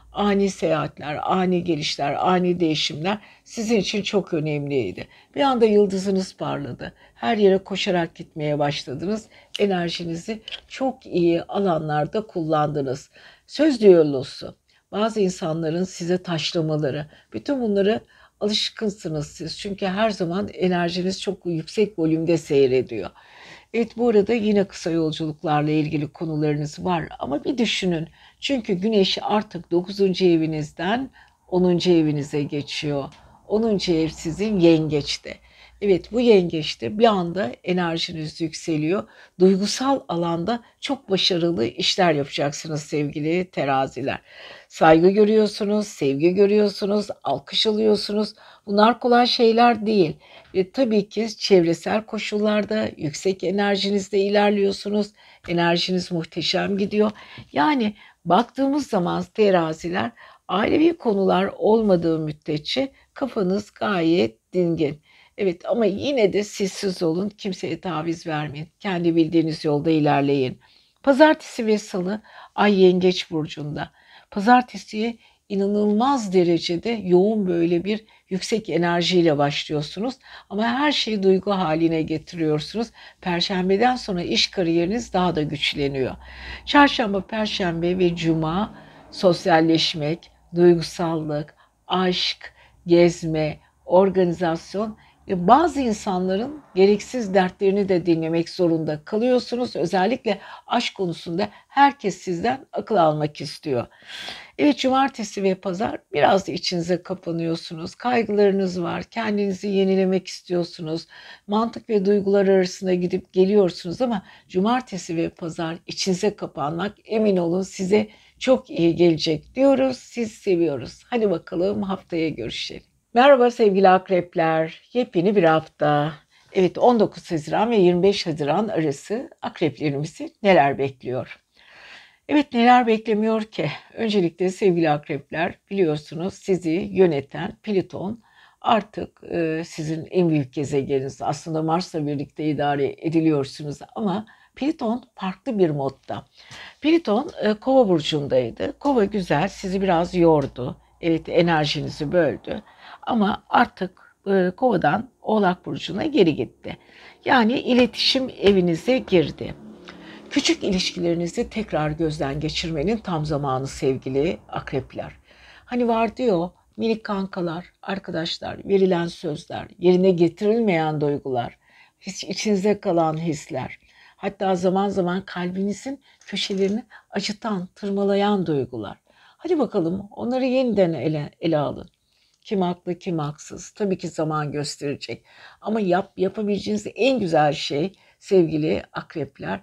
A: ani seyahatler, ani gelişler, ani değişimler sizin için çok önemliydi. Bir anda yıldızınız parladı. Her yere koşarak gitmeye başladınız. Enerjinizi çok iyi alanlarda kullandınız. Söz düellosu, bazı insanların size taşlamaları, bütün bunları alışkınsınız siz. Çünkü her zaman enerjiniz çok yüksek volümde seyrediyor. Evet, bu arada yine kısa yolculuklarla ilgili konularınız var ama bir düşünün. Çünkü Güneş artık 9. evinizden 10. evinize geçiyor. 10. ev sizin yengeçte. Evet, bu yengeçte bir anda enerjiniz yükseliyor. Duygusal alanda çok başarılı işler yapacaksınız sevgili teraziler. Saygı görüyorsunuz, sevgi görüyorsunuz, alkış alıyorsunuz. Bunlar kolay şeyler değil. Ve tabii ki çevresel koşullarda yüksek enerjinizde ilerliyorsunuz. Enerjiniz muhteşem gidiyor. Yani baktığımız zaman teraziler, ailevi konular olmadığı müddetçe kafanız gayet dingin. Evet, ama yine de sessiz olun, kimseye taviz vermeyin. Kendi bildiğiniz yolda ilerleyin. Pazartesi ve salı Ay Yengeç burcunda. Pazartesiye inanılmaz derecede yoğun böyle bir yüksek enerjiyle başlıyorsunuz ama her şeyi duygu haline getiriyorsunuz. Perşembeden sonra iş kariyeriniz daha da güçleniyor. Çarşamba, Perşembe ve Cuma sosyalleşmek, duygusallık, aşk, gezme, organizasyon ve bazı insanların gereksiz dertlerini de dinlemek zorunda kalıyorsunuz. Özellikle aşk konusunda herkes sizden akıl almak istiyor. Evet, cumartesi ve pazar biraz da içinize kapanıyorsunuz. Kaygılarınız var, kendinizi yenilemek istiyorsunuz. Mantık ve duygular arasında gidip geliyorsunuz ama cumartesi ve pazar içinize kapanmak, emin olun, size çok iyi gelecek diyoruz. Siz seviyoruz. Hadi bakalım, haftaya görüşelim. Merhaba sevgili akrepler. Yepyeni bir hafta. Evet, 19 Haziran ve 25 Haziran arası akreplerimizi neler bekliyor? Evet, neler beklemiyor ki? Öncelikle sevgili akrepler, biliyorsunuz sizi yöneten Plüton artık sizin en büyük gezegeniniz. Aslında Mars'la birlikte idare ediliyorsunuz ama Plüton farklı bir modda. Plüton Kova burcundaydı. Kova güzel, sizi biraz yordu. Evet, enerjinizi böldü. Ama artık Kova'dan Oğlak burcuna geri gitti. Yani iletişim evinize girdi. Küçük ilişkilerinizi tekrar gözden geçirmenin tam zamanı sevgili akrepler. Hani var diyor, minik kankalar, arkadaşlar, verilen sözler, yerine getirilmeyen duygular, hiç içinize kalan hisler, hatta zaman zaman kalbinizin köşelerini acıtan, tırmalayan duygular. Hadi bakalım, onları yeniden ele alın. Kim haklı, kim haksız? Tabii ki zaman gösterecek. Ama yapabileceğiniz en güzel şey sevgili akrepler,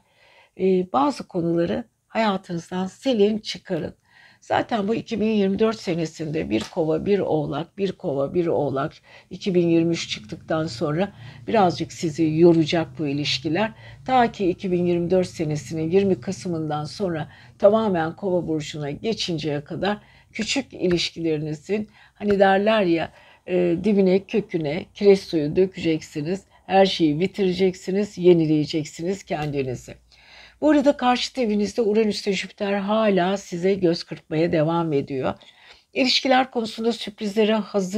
A: bazı konuları hayatınızdan silin, çıkarın. Zaten bu 2024 senesinde bir kova, bir oğlak, bir kova, bir oğlak 2023 çıktıktan sonra birazcık sizi yoracak bu ilişkiler. Ta ki 2024 senesinin 20 Kasım'ından sonra tamamen kova burcuna geçinceye kadar küçük ilişkilerinizin, hani derler ya, dibine, köküne kireç suyu dökeceksiniz. Her şeyi bitireceksiniz, yenileyeceksiniz kendinizi. Bu arada karşıt evinizde Uranüs ve Jüpiter hala size göz kırpmaya devam ediyor. İlişkiler konusunda sürprizlere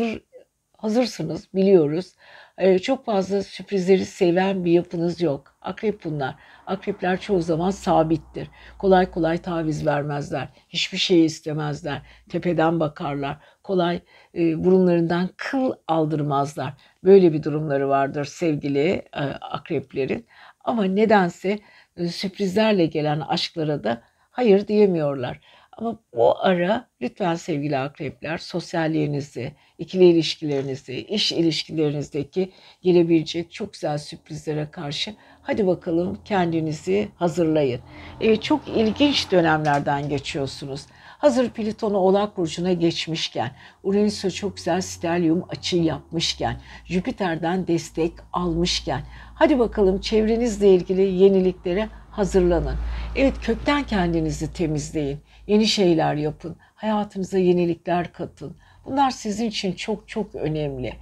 A: hazırsınız, biliyoruz. Çok fazla sürprizleri seven bir yapınız yok. Akrep bunlar. Akrepler çoğu zaman sabittir. Kolay kolay taviz vermezler. Hiçbir şey istemezler. Tepeden bakarlar. Kolay burunlarından kıl aldırmazlar. Böyle bir durumları vardır sevgili akreplerin. Ama nedense sürprizlerle gelen aşklara da hayır diyemiyorlar. Ama bu ara lütfen sevgili akrepler, sosyalliğinizi, ikili ilişkilerinizi, iş ilişkilerinizdeki gelebilecek çok güzel sürprizlere karşı hadi bakalım kendinizi hazırlayın. Çok ilginç dönemlerden geçiyorsunuz. Hazır Plüton'u Oğlak Burcu'na geçmişken, Uranüs'e çok güzel stelyum açı yapmışken, Jüpiter'den destek almışken, hadi bakalım çevrenizle ilgili yeniliklere hazırlanın. Evet, kökten kendinizi temizleyin. Yeni şeyler yapın. Hayatınıza yenilikler katın. Bunlar sizin için çok çok önemli.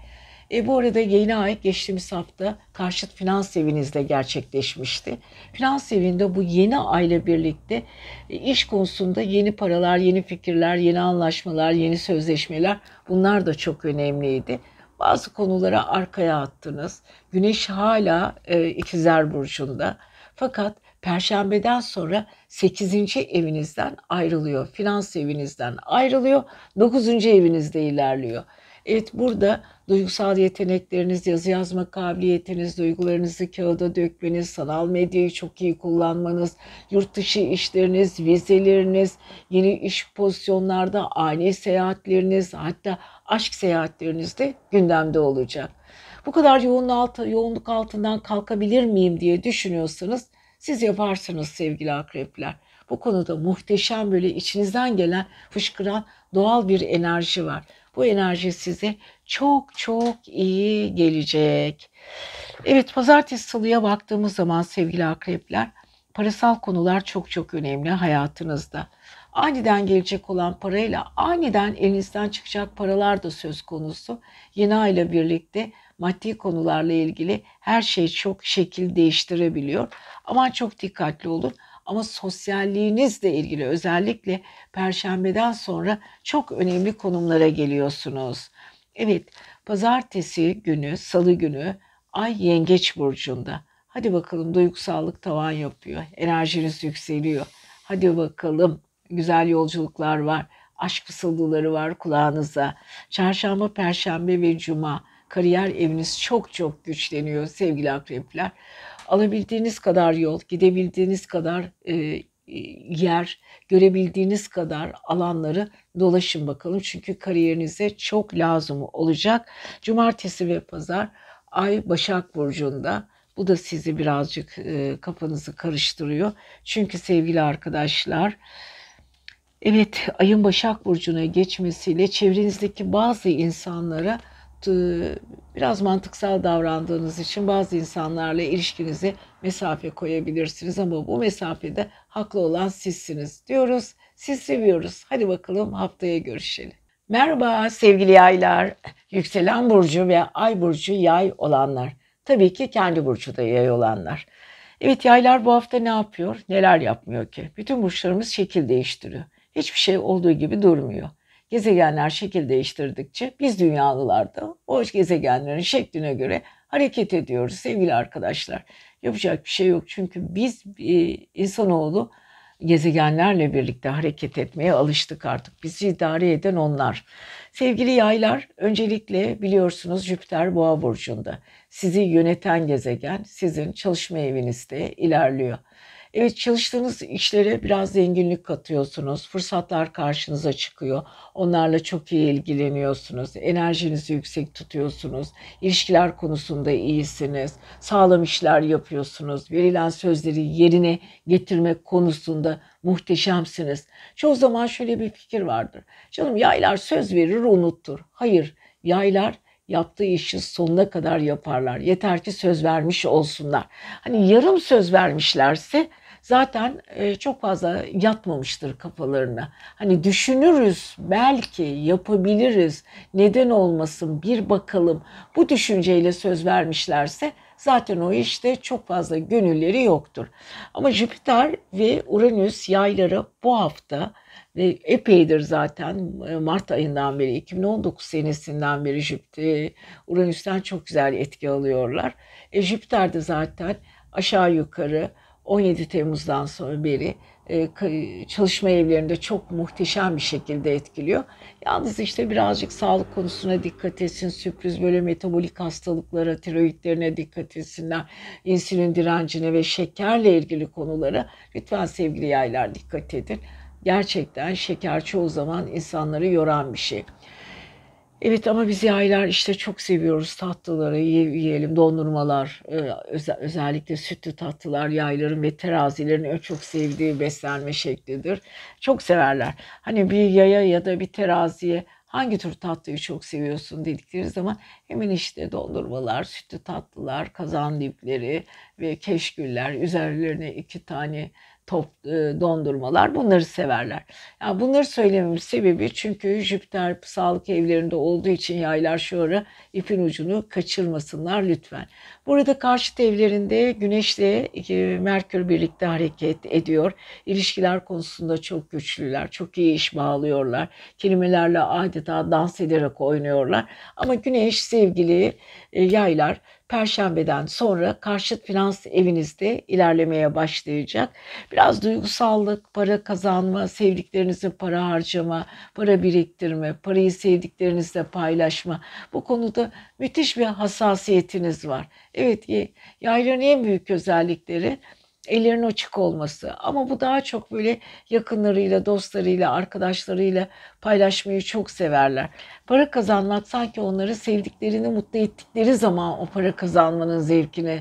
A: Bu arada yeni ay geçtiğimiz hafta karşıt finans evinizde gerçekleşmişti. Finans evinde bu yeni ayla birlikte iş konusunda yeni paralar, yeni fikirler, yeni anlaşmalar, yeni sözleşmeler, bunlar da çok önemliydi. Bazı konulara arkaya attınız. Güneş hala İkizler Burcu'nda. Fakat Perşembeden sonra 8. evinizden ayrılıyor. Finans evinizden ayrılıyor. 9. evinizde ilerliyor. Evet, burada duygusal yetenekleriniz, yazı yazma kabiliyetiniz, duygularınızı kağıda dökmeniz, sanal medyayı çok iyi kullanmanız, yurt dışı işleriniz, vizeleriniz, yeni iş pozisyonlarda ani seyahatleriniz, hatta aşk seyahatleriniz de gündemde olacak. Bu kadar yoğunluk altından kalkabilir miyim diye düşünüyorsanız siz yaparsınız sevgili akrepler. Bu konuda muhteşem, böyle içinizden gelen, fışkıran doğal bir enerji var. Bu enerji size çok çok iyi gelecek. Evet, pazartesi salıya baktığımız zaman sevgili akrepler, parasal konular çok çok önemli hayatınızda. Aniden gelecek olan parayla aniden elinizden çıkacak paralar da söz konusu. Yeni ayla birlikte maddi konularla ilgili her şey çok şekil değiştirebiliyor. Aman çok dikkatli olun. Ama sosyalliğinizle ilgili özellikle Perşembeden sonra çok önemli konumlara geliyorsunuz. Evet, pazartesi günü, salı günü Ay Yengeç Burcu'nda. Hadi bakalım, duygusallık tavan yapıyor. Enerjiniz yükseliyor. Hadi bakalım, güzel yolculuklar var. Aşk fısıltıları var kulağınıza. Çarşamba, Perşembe ve Cuma kariyer eviniz çok çok güçleniyor sevgili akrepler. Alabildiğiniz kadar yol, gidebildiğiniz kadar yer, görebildiğiniz kadar alanları dolaşın bakalım. Çünkü kariyerinize çok lazım olacak. Cumartesi ve pazar Ay Başak Burcu'nda. Bu da sizi birazcık kafanızı karıştırıyor. Çünkü sevgili arkadaşlar, evet, Ay'ın Başak Burcu'na geçmesiyle çevrenizdeki bazı insanlara biraz mantıksal davrandığınız için bazı insanlarla ilişkinize mesafe koyabilirsiniz, ama bu mesafede haklı olan sizsiniz diyoruz. Siz seviyoruz. Hadi bakalım, haftaya görüşelim. Merhaba sevgili yaylar. Yükselen burcu ve ay burcu yay olanlar. Tabii ki kendi burcu da yay olanlar. Evet, yaylar bu hafta ne yapıyor? Neler yapmıyor ki? Bütün burçlarımız şekil değiştiriyor. Hiçbir şey olduğu gibi durmuyor. Gezegenler şekil değiştirdikçe biz dünyalılar da o gezegenlerin şekline göre hareket ediyoruz sevgili arkadaşlar. Yapacak bir şey yok, çünkü biz insanoğlu gezegenlerle birlikte hareket etmeye alıştık artık. Bizi idare eden onlar. Sevgili yaylar, öncelikle biliyorsunuz Jüpiter Boğa burcunda. Sizi yöneten gezegen sizin çalışma evinizde ilerliyor. Evet, çalıştığınız işlere biraz zenginlik katıyorsunuz. Fırsatlar karşınıza çıkıyor. Onlarla çok iyi ilgileniyorsunuz. Enerjinizi yüksek tutuyorsunuz. İlişkiler konusunda iyisiniz. Sağlam işler yapıyorsunuz. Verilen sözleri yerine getirmek konusunda muhteşemsiniz. Çoğu zaman şöyle bir fikir vardır. Canım, yaylar söz verir unuttur. Hayır, yaylar yaptığı işi sonuna kadar yaparlar. Yeter ki söz vermiş olsunlar. Hani yarım söz vermişlerse zaten çok fazla yatmamıştır kafalarına. Hani düşünürüz, belki yapabiliriz, neden olmasın, bir bakalım. Bu düşünceyle söz vermişlerse zaten o işte çok fazla gönülleri yoktur. Ama Jüpiter ve Uranüs yayları bu hafta ve epeydir zaten, Mart ayından beri, 2019 senesinden beri Jüpiter, Uranüs'ten çok güzel etki alıyorlar. Jüpiter de zaten aşağı yukarı 17 Temmuz'dan sonra beri çalışma evlerinde çok muhteşem bir şekilde etkiliyor. Yalnız işte birazcık sağlık konusuna dikkat etsin, sürpriz böyle metabolik hastalıklara, tiroidlerine dikkat etsinler, insülin direncine ve şekerle ilgili konulara lütfen sevgili yaylar dikkat edin. Gerçekten şeker çoğu zaman insanları yoran bir şey. Evet, ama biz yaylar işte çok seviyoruz tatlıları, yiyelim, dondurmalar, özellikle sütlü tatlılar yayların ve terazilerin en çok sevdiği beslenme şeklidir. Çok severler. Hani bir yaya ya da bir teraziye hangi tür tatlıyı çok seviyorsun dedikleri zaman hemen işte dondurmalar, sütlü tatlılar, kazan dipleri ve keşküller, üzerlerine 2 tane dondurmalar, bunları severler. Yani bunları söylememin sebebi, çünkü Jüpiter sağlık evlerinde olduğu için yaylar şu ara ipin ucunu kaçırmasınlar lütfen. Burada karşıt evlerinde Güneşle Merkür birlikte hareket ediyor. İlişkiler konusunda çok güçlüler, çok iyi iş bağlıyorlar. Kelimelerle adeta dans ederek oynuyorlar. Ama Güneş sevgili yaylar, Perşembeden sonra karşıt finans evinizde ilerlemeye başlayacak. Biraz duygusallık, para kazanma, sevdiklerinizle para harcama, para biriktirme, parayı sevdiklerinizle paylaşma. Bu konuda müthiş bir hassasiyetiniz var. Evet, yayların en büyük özellikleri ellerin açık olması. Ama bu daha çok böyle yakınlarıyla, dostlarıyla, arkadaşlarıyla paylaşmayı çok severler. Para kazanmak, sanki onları sevdiklerini mutlu ettikleri zaman o para kazanmanın zevkini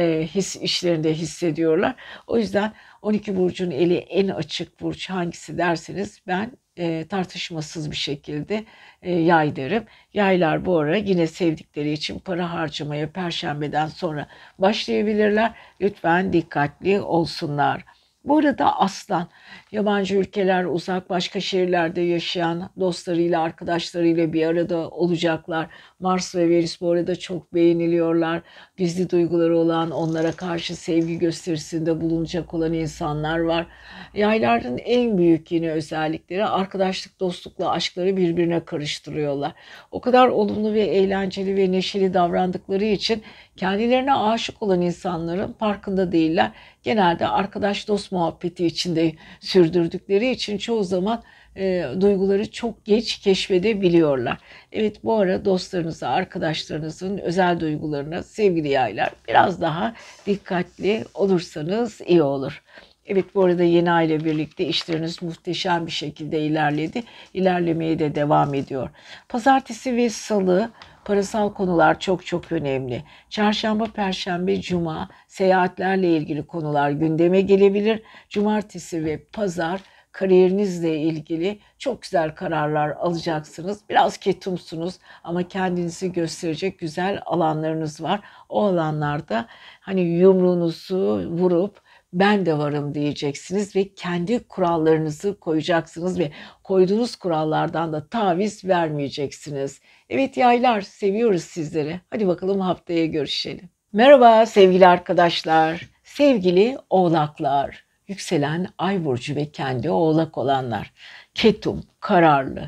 A: işlerinde hissediyorlar. O yüzden 12 burcun eli en açık burç hangisi derseniz, ben tartışmasız bir şekilde yay derim. Yaylar bu ara yine sevdikleri için para harcamaya Perşembeden sonra başlayabilirler. Lütfen dikkatli olsunlar. Bu arada Aslan, yabancı ülkeler, uzak başka şehirlerde yaşayan dostlarıyla, arkadaşlarıyla bir arada olacaklar. Mars ve Venüs bu arada çok beğeniliyorlar. Gizli duyguları olan, onlara karşı sevgi gösterisinde bulunacak olan insanlar var. Yayların en büyük yine özellikleri, arkadaşlık, dostlukla aşkları birbirine karıştırıyorlar. O kadar olumlu ve eğlenceli ve neşeli davrandıkları için kendilerine aşık olan insanların farkında değiller. Genelde arkadaş dost muhabbeti içinde sürdürdükleri için çoğu zaman duyguları çok geç keşfedebiliyorlar. Evet, bu ara dostlarınıza, arkadaşlarınızın özel duygularına sevgili yaylar biraz daha dikkatli olursanız iyi olur. Evet, bu arada yeni ay ile birlikte işleriniz muhteşem bir şekilde ilerledi. İlerlemeye de devam ediyor. Pazartesi ve salı parasal konular çok çok önemli. Çarşamba, perşembe, cuma seyahatlerle ilgili konular gündeme gelebilir. Cumartesi ve pazar kariyerinizle ilgili çok güzel kararlar alacaksınız. Biraz ketumsunuz ama kendinizi gösterecek güzel alanlarınız var. O alanlarda hani yumruğunuzu vurup ben de varım diyeceksiniz ve kendi kurallarınızı koyacaksınız ve koyduğunuz kurallardan da taviz vermeyeceksiniz. Evet yaylar, seviyoruz sizleri. Hadi bakalım haftaya görüşelim. Merhaba sevgili arkadaşlar, sevgili oğlaklar, yükselen ay burcu ve kendi oğlak olanlar. Ketum, kararlı,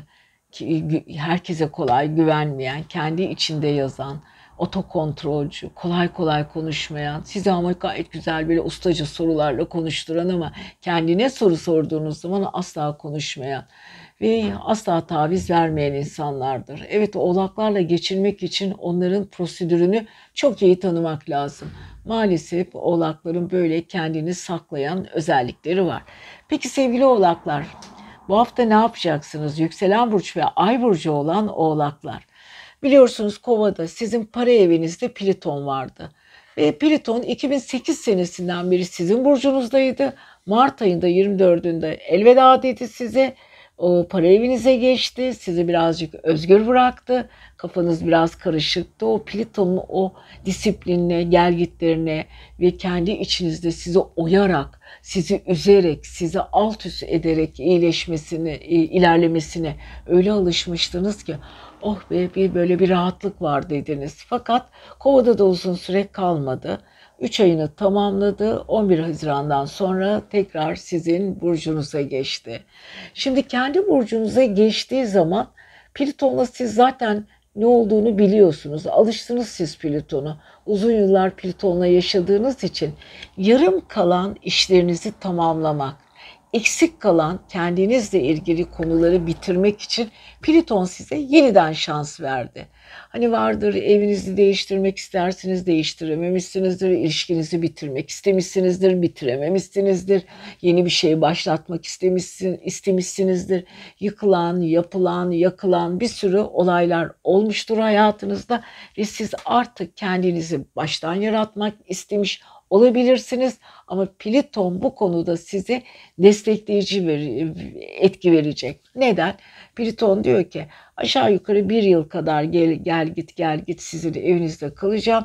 A: herkese kolay güvenmeyen, kendi içinde yazan, otokontrolcü, kolay kolay konuşmayan, size ama gayet güzel böyle ustaca sorularla konuşturan ama kendine soru sorduğunuz zaman asla konuşmayan ve asla taviz vermeyen insanlardır. Evet, oğlaklarla geçirmek için onların prosedürünü çok iyi tanımak lazım. Maalesef oğlakların böyle kendini saklayan özellikleri var. Peki sevgili oğlaklar, bu hafta ne yapacaksınız? Yükselen burç ve ay burcu olan oğlaklar. Biliyorsunuz Kova'da sizin para evinizde Plüton vardı. Ve Plüton 2008 senesinden beri sizin burcunuzdaydı. Mart ayında 24'ünde elveda dedi size. O para evinize geçti. Sizi birazcık özgür bıraktı. Kafanız biraz karışıktı. O Plüton'un o disiplinine, gelgitlerine ve kendi içinizde sizi oyarak, sizi üzerek, sizi alt üst ederek iyileşmesine, ilerlemesine öyle alışmıştınız ki oh be, böyle bir rahatlık var dediniz. Fakat Kova'da da uzun süre kalmadı. 3 ayını tamamladı. 11 Haziran'dan sonra tekrar sizin burcunuza geçti. Şimdi kendi burcunuza geçtiği zaman Plüton'la siz zaten ne olduğunu biliyorsunuz. Alıştınız siz Plüton'a. Uzun yıllar Plüton'la yaşadığınız için yarım kalan işlerinizi tamamlamak, eksik kalan kendinizle ilgili konuları bitirmek için Plüton size yeniden şans verdi. Hani vardır, evinizi değiştirmek istersiniz, değiştirememişsinizdir, ilişkinizi bitirmek istemişsinizdir, bitirememişsinizdir, yeni bir şey başlatmak istemişsinizdir. Yıkılan, yapılan, yakılan bir sürü olaylar olmuştur hayatınızda ve siz artık kendinizi baştan yaratmak istemiş olabilirsiniz. Ama Plüton bu konuda size destekleyici etki verecek. Neden? Plüton diyor ki aşağı yukarı bir yıl kadar gel git sizin evinizde kalacağım.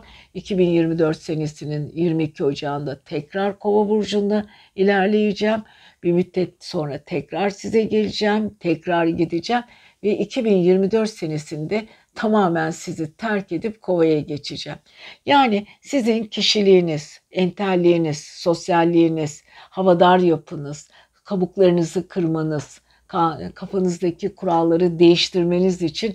A: 2024 senesinin 22 Ocağı'nda tekrar Kova burcunda ilerleyeceğim. Bir müddet sonra tekrar size geleceğim, tekrar gideceğim ve 2024 senesinde tamamen sizi terk edip Kova'ya geçeceğim. Yani sizin kişiliğiniz, entelliğiniz, sosyalliğiniz, havadar yapınız, kabuklarınızı kırmanız, kafanızdaki kuralları değiştirmeniz için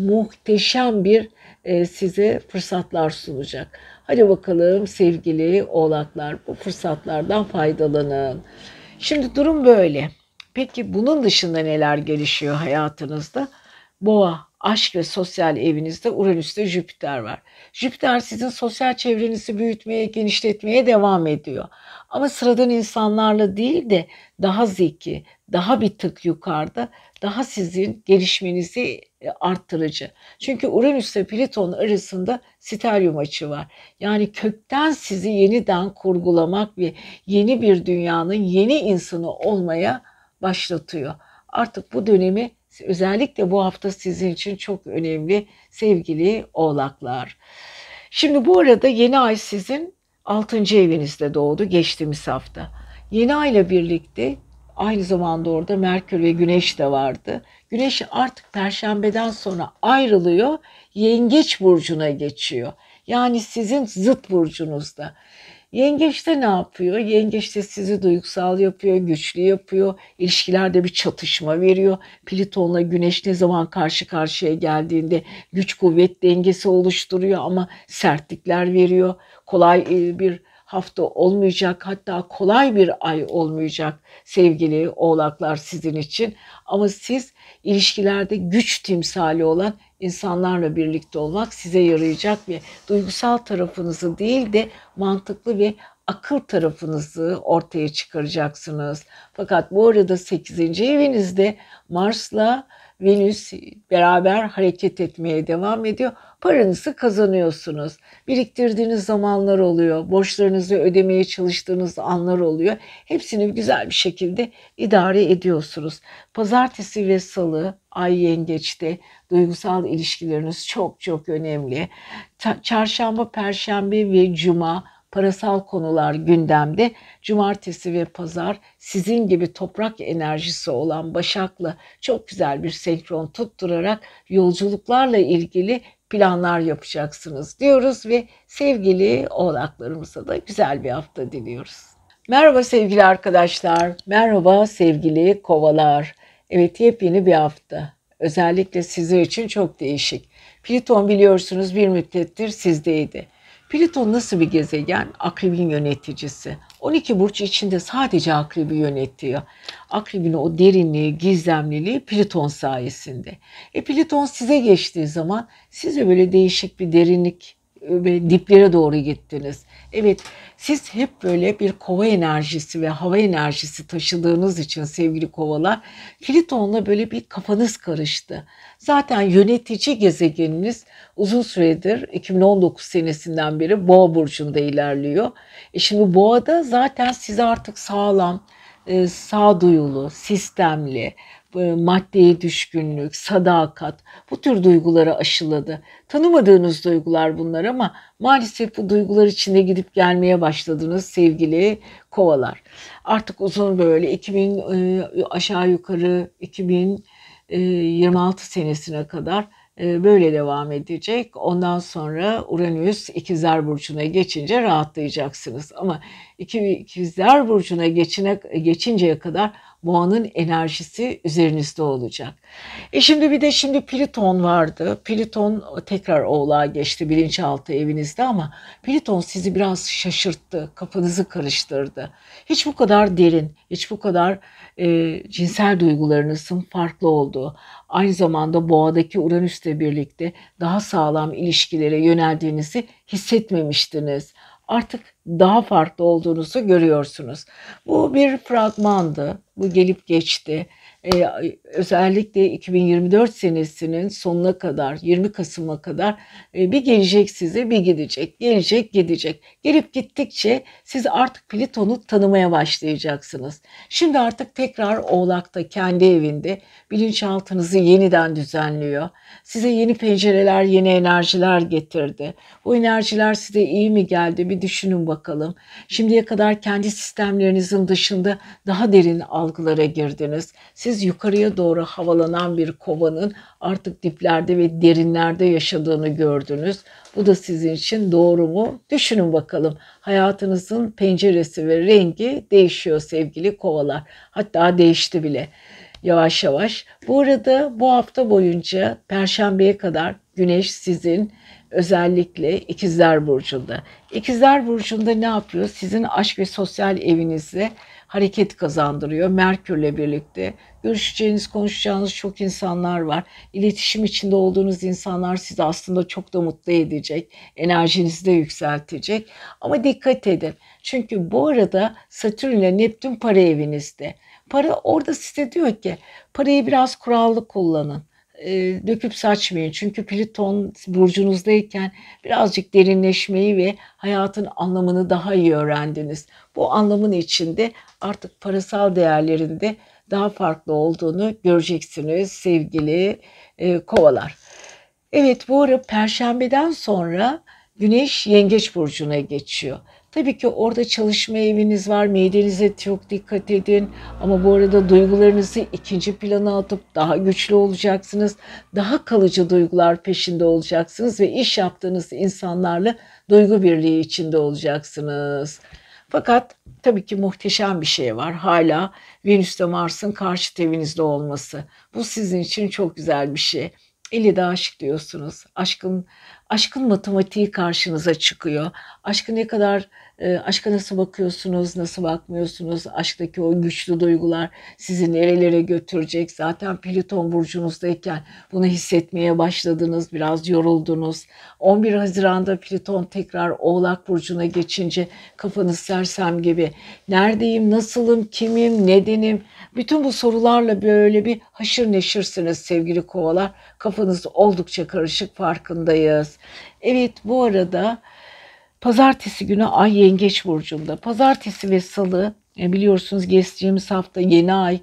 A: muhteşem bir size fırsatlar sunacak. Hadi bakalım sevgili oğlaklar, bu fırsatlardan faydalanın. Şimdi durum böyle. Peki bunun dışında neler gelişiyor hayatınızda? Boğa, aşk ve sosyal evinizde Uranüs'te Jüpiter var. Jüpiter sizin sosyal çevrenizi büyütmeye, genişletmeye devam ediyor. Ama sıradan insanlarla değil de daha zeki, daha bir tık yukarıda, daha sizin gelişmenizi arttırıcı. Çünkü Uranüs ile Plüton arasında stelyum açı var. Yani kökten sizi yeniden kurgulamak ve yeni bir dünyanın yeni insanı olmaya başlatıyor. Artık bu dönemi özellikle bu hafta sizin için çok önemli sevgili oğlaklar. Şimdi bu arada yeni ay sizin 6. evinizde doğdu geçtiğimiz hafta. Yeni ay ile birlikte aynı zamanda orada Merkür ve Güneş de vardı. Güneş artık Perşembeden sonra ayrılıyor, Yengeç burcuna geçiyor. Yani sizin zıt burcunuzda. Yengeçte ne yapıyor? Yengeçte sizi duygusal yapıyor, güçlü yapıyor. İlişkilerde bir çatışma veriyor. Plüton'la Güneş ne zaman karşı karşıya geldiğinde güç kuvvet dengesi oluşturuyor ama sertlikler veriyor. Kolay bir hafta olmayacak, hatta kolay bir ay olmayacak sevgili oğlaklar sizin için. Ama siz ilişkilerde güç timsali olan insanlarla birlikte olmak size yarayacak ve duygusal tarafınızı değil de mantıklı ve akıl tarafınızı ortaya çıkaracaksınız. Fakat bu arada 8. evinizde Mars'la Venüs beraber hareket etmeye devam ediyor. Paranızı kazanıyorsunuz. Biriktirdiğiniz zamanlar oluyor. Borçlarınızı ödemeye çalıştığınız anlar oluyor. Hepsini güzel bir şekilde idare ediyorsunuz. Pazartesi ve salı Ay Yengeç'te duygusal ilişkileriniz çok çok önemli. Çarşamba, Perşembe ve Cuma parasal konular gündemde. Cumartesi ve pazar sizin gibi toprak enerjisi olan Başak'la çok güzel bir senkron tutturarak yolculuklarla ilgili planlar yapacaksınız diyoruz ve sevgili oğlaklarımıza da güzel bir hafta diliyoruz. Merhaba sevgili arkadaşlar, merhaba sevgili kovalar. Evet, yepyeni bir hafta. Özellikle sizler için çok değişik. Plüton biliyorsunuz bir müddettir sizdeydi. Plüton nasıl bir gezegen? Akrebin yöneticisi. 12 burç içinde sadece akrebi yönetiyor. Akrebin o derinliği, gizemliliği Plüton sayesinde. Plüton size geçtiği zaman size böyle değişik bir derinlik ve diplere doğru gittiniz. Evet, siz hep böyle bir kova enerjisi ve hava enerjisi taşıdığınız için sevgili kovalar, Plüton'la böyle bir kafanız karıştı. Zaten yönetici gezegeniniz uzun süredir 2019 senesinden beri Boğa burcunda ilerliyor. Şimdi Boğa'da zaten size artık sağlam, sağduyulu, sistemli, maddeye düşkünlük, sadakat bu tür duyguları aşıladı. Tanımadığınız duygular bunlar ama maalesef bu duygular içinde gidip gelmeye başladınız sevgili kovalar. Artık uzun böyle 2000 aşağı yukarı 2026 senesine kadar böyle devam edecek. Ondan sonra Uranüs İkizler Burcu'na geçince rahatlayacaksınız. Ama İkizler Burcu'na geçinceye kadar Boğanın enerjisi üzerinizde olacak. Şimdi bir de Plüton vardı. Plüton tekrar Oğlağa geçti bilinçaltı evinizde ama Plüton sizi biraz şaşırttı, kafanızı karıştırdı. Hiç bu kadar derin, hiç bu kadar cinsel duygularınızın farklı olduğu, aynı zamanda Boğa'daki Uranüs'le birlikte daha sağlam ilişkilere yöneldiğinizi hissetmemiştiniz. Artık daha farklı olduğunuzu görüyorsunuz. Bu bir fragmandı. Bu gelip geçti. Özellikle 2024 senesinin sonuna kadar, 20 Kasım'a kadar bir gelecek size, bir gidecek. Gelecek, gidecek. Gelip gittikçe siz artık Plüton'u tanımaya başlayacaksınız. Şimdi artık tekrar Oğlak'ta, kendi evinde bilinçaltınızı yeniden düzenliyor. Size yeni pencereler, yeni enerjiler getirdi. Bu enerjiler size iyi mi geldi? Bir düşünün bakalım. Şimdiye kadar kendi sistemlerinizin dışında daha derin algılara girdiniz. Siz yukarıya doğru havalanan bir kovanın artık diplerde ve derinlerde yaşadığını gördünüz. Bu da sizin için doğru mu? Düşünün bakalım. Hayatınızın penceresi ve rengi değişiyor sevgili kovalar. Hatta değişti bile yavaş yavaş. Bu arada bu hafta boyunca Perşembe'ye kadar Güneş sizin özellikle İkizler Burcu'nda. İkizler Burcu'nda ne yapıyor? Sizin aşk ve sosyal evinizde hareket kazandırıyor. Merkür'le birlikte görüşeceğiniz, konuşacağınız çok insanlar var. İletişim içinde olduğunuz insanlar sizi aslında çok da mutlu edecek. Enerjinizi de yükseltecek. Ama dikkat edin. Çünkü bu arada Satürn ile Neptün para evinizde. Para orada size diyor ki parayı biraz kurallı kullanın. Döküp saçmayın. Çünkü Plüton burcunuzdayken birazcık derinleşmeyi ve hayatın anlamını daha iyi öğrendiniz. Bu anlamın içinde artık parasal değerlerinde daha farklı olduğunu göreceksiniz sevgili kovalar. Evet, bu ara Perşembeden sonra Güneş Yengeç Burcu'na geçiyor. Tabii ki orada çalışma eviniz var. Midenize çok dikkat edin. Ama bu arada duygularınızı ikinci plana atıp daha güçlü olacaksınız. Daha kalıcı duygular peşinde olacaksınız ve iş yaptığınız insanlarla duygu birliği içinde olacaksınız. Fakat tabii ki muhteşem bir şey var. Hala Venüs'te Mars'ın karşıt evinizde olması. Bu sizin için çok güzel bir şey. 50'de aşk diyorsunuz. Aşkın matematiği karşınıza çıkıyor. Aşkı ne kadar aşka nasıl bakıyorsunuz, nasıl bakmıyorsunuz? Aşktaki o güçlü duygular sizi nerelere götürecek? Zaten Plüton burcunuzdayken bunu hissetmeye başladınız, biraz yoruldunuz. 11 Haziran'da Plüton tekrar Oğlak burcuna geçince kafanız sersem gibi. Neredeyim, nasılım, kimim, nedenim? Bütün bu sorularla böyle bir haşır neşirsiniz sevgili kovalar. Kafanız oldukça karışık, farkındayız. Evet, bu arada pazartesi günü Ay Yengeç Burcu'nda. Pazartesi ve Salı biliyorsunuz geçtiğimiz hafta yeni ay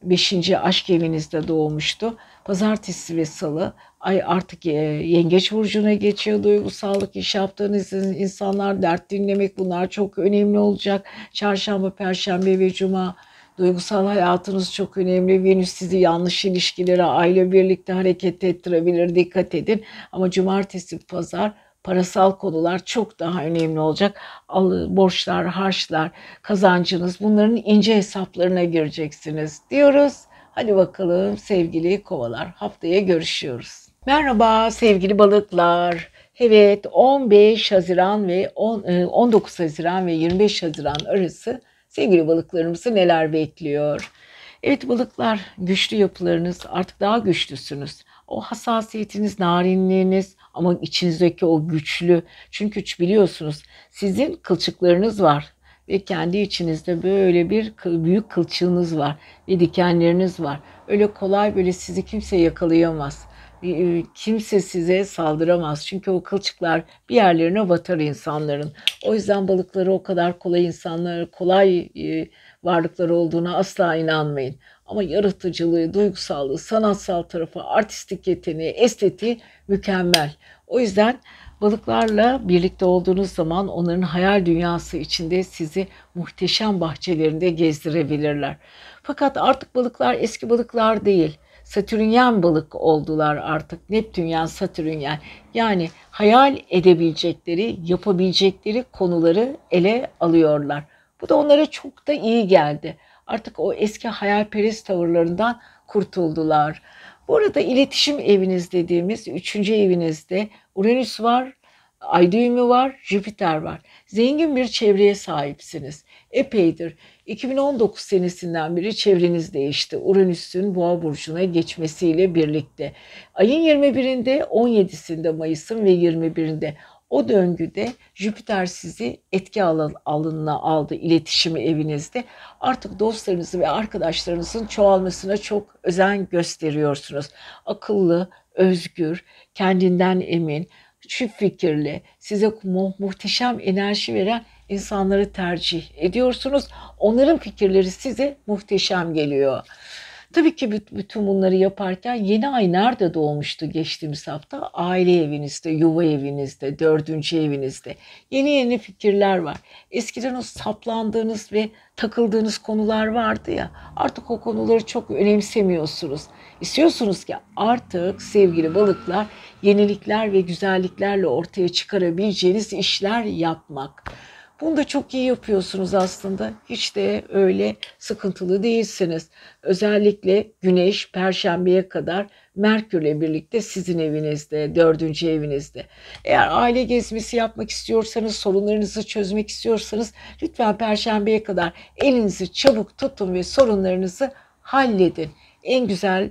A: 5. aşk evinizde doğmuştu. Pazartesi ve Salı Ay artık Yengeç Burcu'na geçiyor. Duygusallık, iş yaptığınız insanlar, dert dinlemek, bunlar çok önemli olacak. Çarşamba, Perşembe ve Cuma duygusal hayatınız çok önemli. Venüs sizi yanlış ilişkilere, aile birlikte hareket ettirebilir. Dikkat edin. Ama cumartesi, pazar parasal konular çok daha önemli olacak. Borçlar, harçlar, kazancınız, bunların ince hesaplarına gireceksiniz diyoruz. Hadi bakalım sevgili kovalar, haftaya görüşüyoruz. Merhaba sevgili balıklar. Evet, 15 Haziran ve 19 Haziran ve 25 Haziran arası sevgili balıklarımızı neler bekliyor? Evet balıklar, güçlü yapılarınız, artık daha güçlüsünüz. O hassasiyetiniz, narinliğiniz ama içinizdeki o güçlü. Çünkü biliyorsunuz sizin kılçıklarınız var ve kendi içinizde böyle bir büyük kılçığınız var ve dikenleriniz var. Öyle kolay böyle sizi kimse yakalayamaz. Kimse size saldıramaz. Çünkü o kılçıklar bir yerlerine batar insanların. O yüzden balıkları o kadar kolay insanlar, kolay varlıklar olduğuna asla inanmayın. Ama yaratıcılığı, duygusallığı, sanatsal tarafı, artistik yeteneği, estetiği mükemmel. O yüzden balıklarla birlikte olduğunuz zaman onların hayal dünyası içinde sizi muhteşem bahçelerinde gezdirebilirler. Fakat artık balıklar eski balıklar değil. Satürnyen balık oldular artık. Neptünyen, Satürnyen. Yani hayal edebilecekleri, yapabilecekleri konuları ele alıyorlar. Bu da onlara çok da iyi geldi. Artık o eski hayalperest tavırlarından kurtuldular. Bu arada iletişim eviniz dediğimiz 3. evinizde Uranüs var, Ay düğümü var, Jüpiter var. Zengin bir çevreye sahipsiniz. Epeydir. 2019 senesinden beri çevreniz değişti. Uranüs'ün Boğa burcuna geçmesiyle birlikte. Ayın 21'inde, 17'sinde Mayıs'ın ve 21'inde O döngüde Jüpiter sizi etki alanına aldı, iletişimi evinizde. Artık dostlarınızı ve arkadaşlarınızın çoğalmasına çok özen gösteriyorsunuz. Akıllı, özgür, kendinden emin, çift fikirli, size muhteşem enerji veren insanları tercih ediyorsunuz. Onların fikirleri size muhteşem geliyor. Tabii ki bütün bunları yaparken yeni ay nerede doğmuştu geçtiğimiz hafta? Aile evinizde, yuva evinizde, dördüncü evinizde. Yeni fikirler var. Eskiden o saplandığınız ve takıldığınız konular vardı ya, artık o konuları çok önemsemiyorsunuz. İstiyorsunuz ki artık sevgili balıklar, yenilikler ve güzelliklerle ortaya çıkarabileceğiniz işler yapmak. Bunu da çok iyi yapıyorsunuz aslında. Hiç de öyle sıkıntılı değilsiniz. Özellikle Güneş Perşembe'ye kadar Merkür'le birlikte sizin evinizde, dördüncü evinizde. Eğer aile gezmesi yapmak istiyorsanız, sorunlarınızı çözmek istiyorsanız lütfen Perşembe'ye kadar elinizi çabuk tutun ve sorunlarınızı halledin. En güzel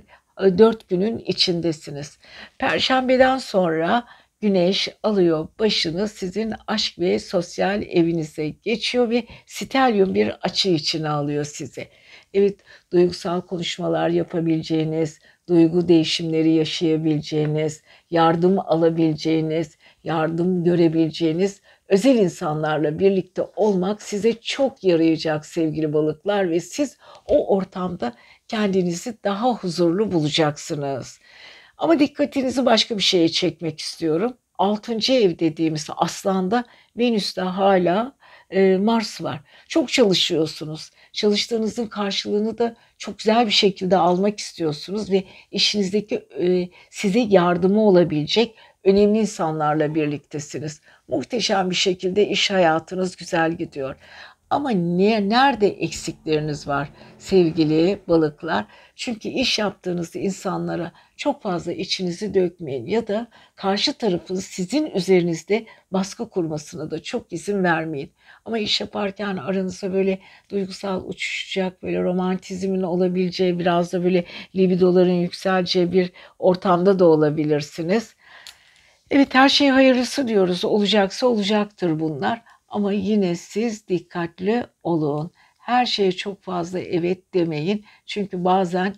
A: 4 günün içindesiniz. Perşembeden sonra Güneş alıyor başını sizin aşk ve sosyal evinize geçiyor ve stelyum bir açı içine alıyor sizi. Evet, duygusal konuşmalar yapabileceğiniz, duygu değişimleri yaşayabileceğiniz, yardım alabileceğiniz, yardım görebileceğiniz özel insanlarla birlikte olmak size çok yarayacak sevgili balıklar ve siz o ortamda kendinizi daha huzurlu bulacaksınız. Ama dikkatinizi başka bir şeye çekmek istiyorum. Altıncı ev dediğimiz Aslan'da Venüs'te hala Mars var. Çok çalışıyorsunuz. Çalıştığınızın karşılığını da çok güzel bir şekilde almak istiyorsunuz ve işinizdeki size yardımı olabilecek önemli insanlarla birliktesiniz. Muhteşem bir şekilde iş hayatınız güzel gidiyor. Ama nerede eksikleriniz var sevgili balıklar? Çünkü iş yaptığınız insanlara çok fazla içinizi dökmeyin ya da karşı tarafın sizin üzerinizde baskı kurmasına da çok izin vermeyin. Ama iş yaparken aranızda böyle duygusal uçuşacak, böyle romantizmin olabileceği, biraz da böyle libidoların yükseleceği bir ortamda da olabilirsiniz. Evet, her şey hayırlısı diyoruz. Olacaksa olacaktır bunlar. Ama yine siz dikkatli olun. Her şeye çok fazla evet demeyin. Çünkü bazen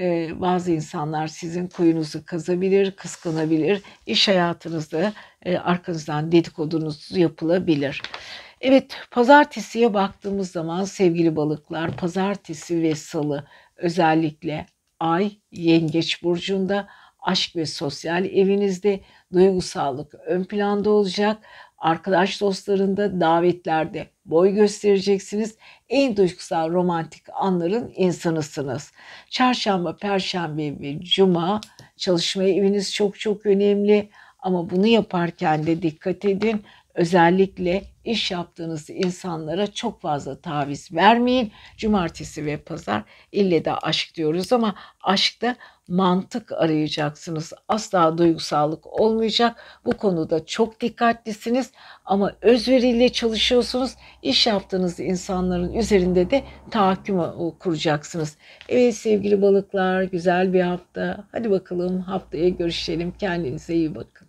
A: bazı insanlar sizin kuyunuzu kazabilir, kıskanabilir. İş hayatınızda arkanızdan dedikodunuz yapılabilir. Evet, pazartesiye baktığımız zaman sevgili balıklar, pazartesi ve salı özellikle Ay Yengeç burcunda, aşk ve sosyal evinizde, duygusallık ön planda olacak. Arkadaş dostlarında, davetlerde boy göstereceksiniz. En duygusal romantik anların insanısınız. Çarşamba, Perşembe ve Cuma çalışma eviniz çok önemli. Ama bunu yaparken de dikkat edin. Özellikle iş yaptığınız insanlara çok fazla taviz vermeyin. Cumartesi ve pazar ille de aşk diyoruz ama aşkta mantık arayacaksınız. Asla duygusallık olmayacak. Bu konuda çok dikkatlisiniz ama özveriyle çalışıyorsunuz. İş yaptığınız insanların üzerinde de tahakküm kuracaksınız. Evet sevgili balıklar, güzel bir hafta. Hadi bakalım haftaya görüşelim. Kendinize iyi bakın.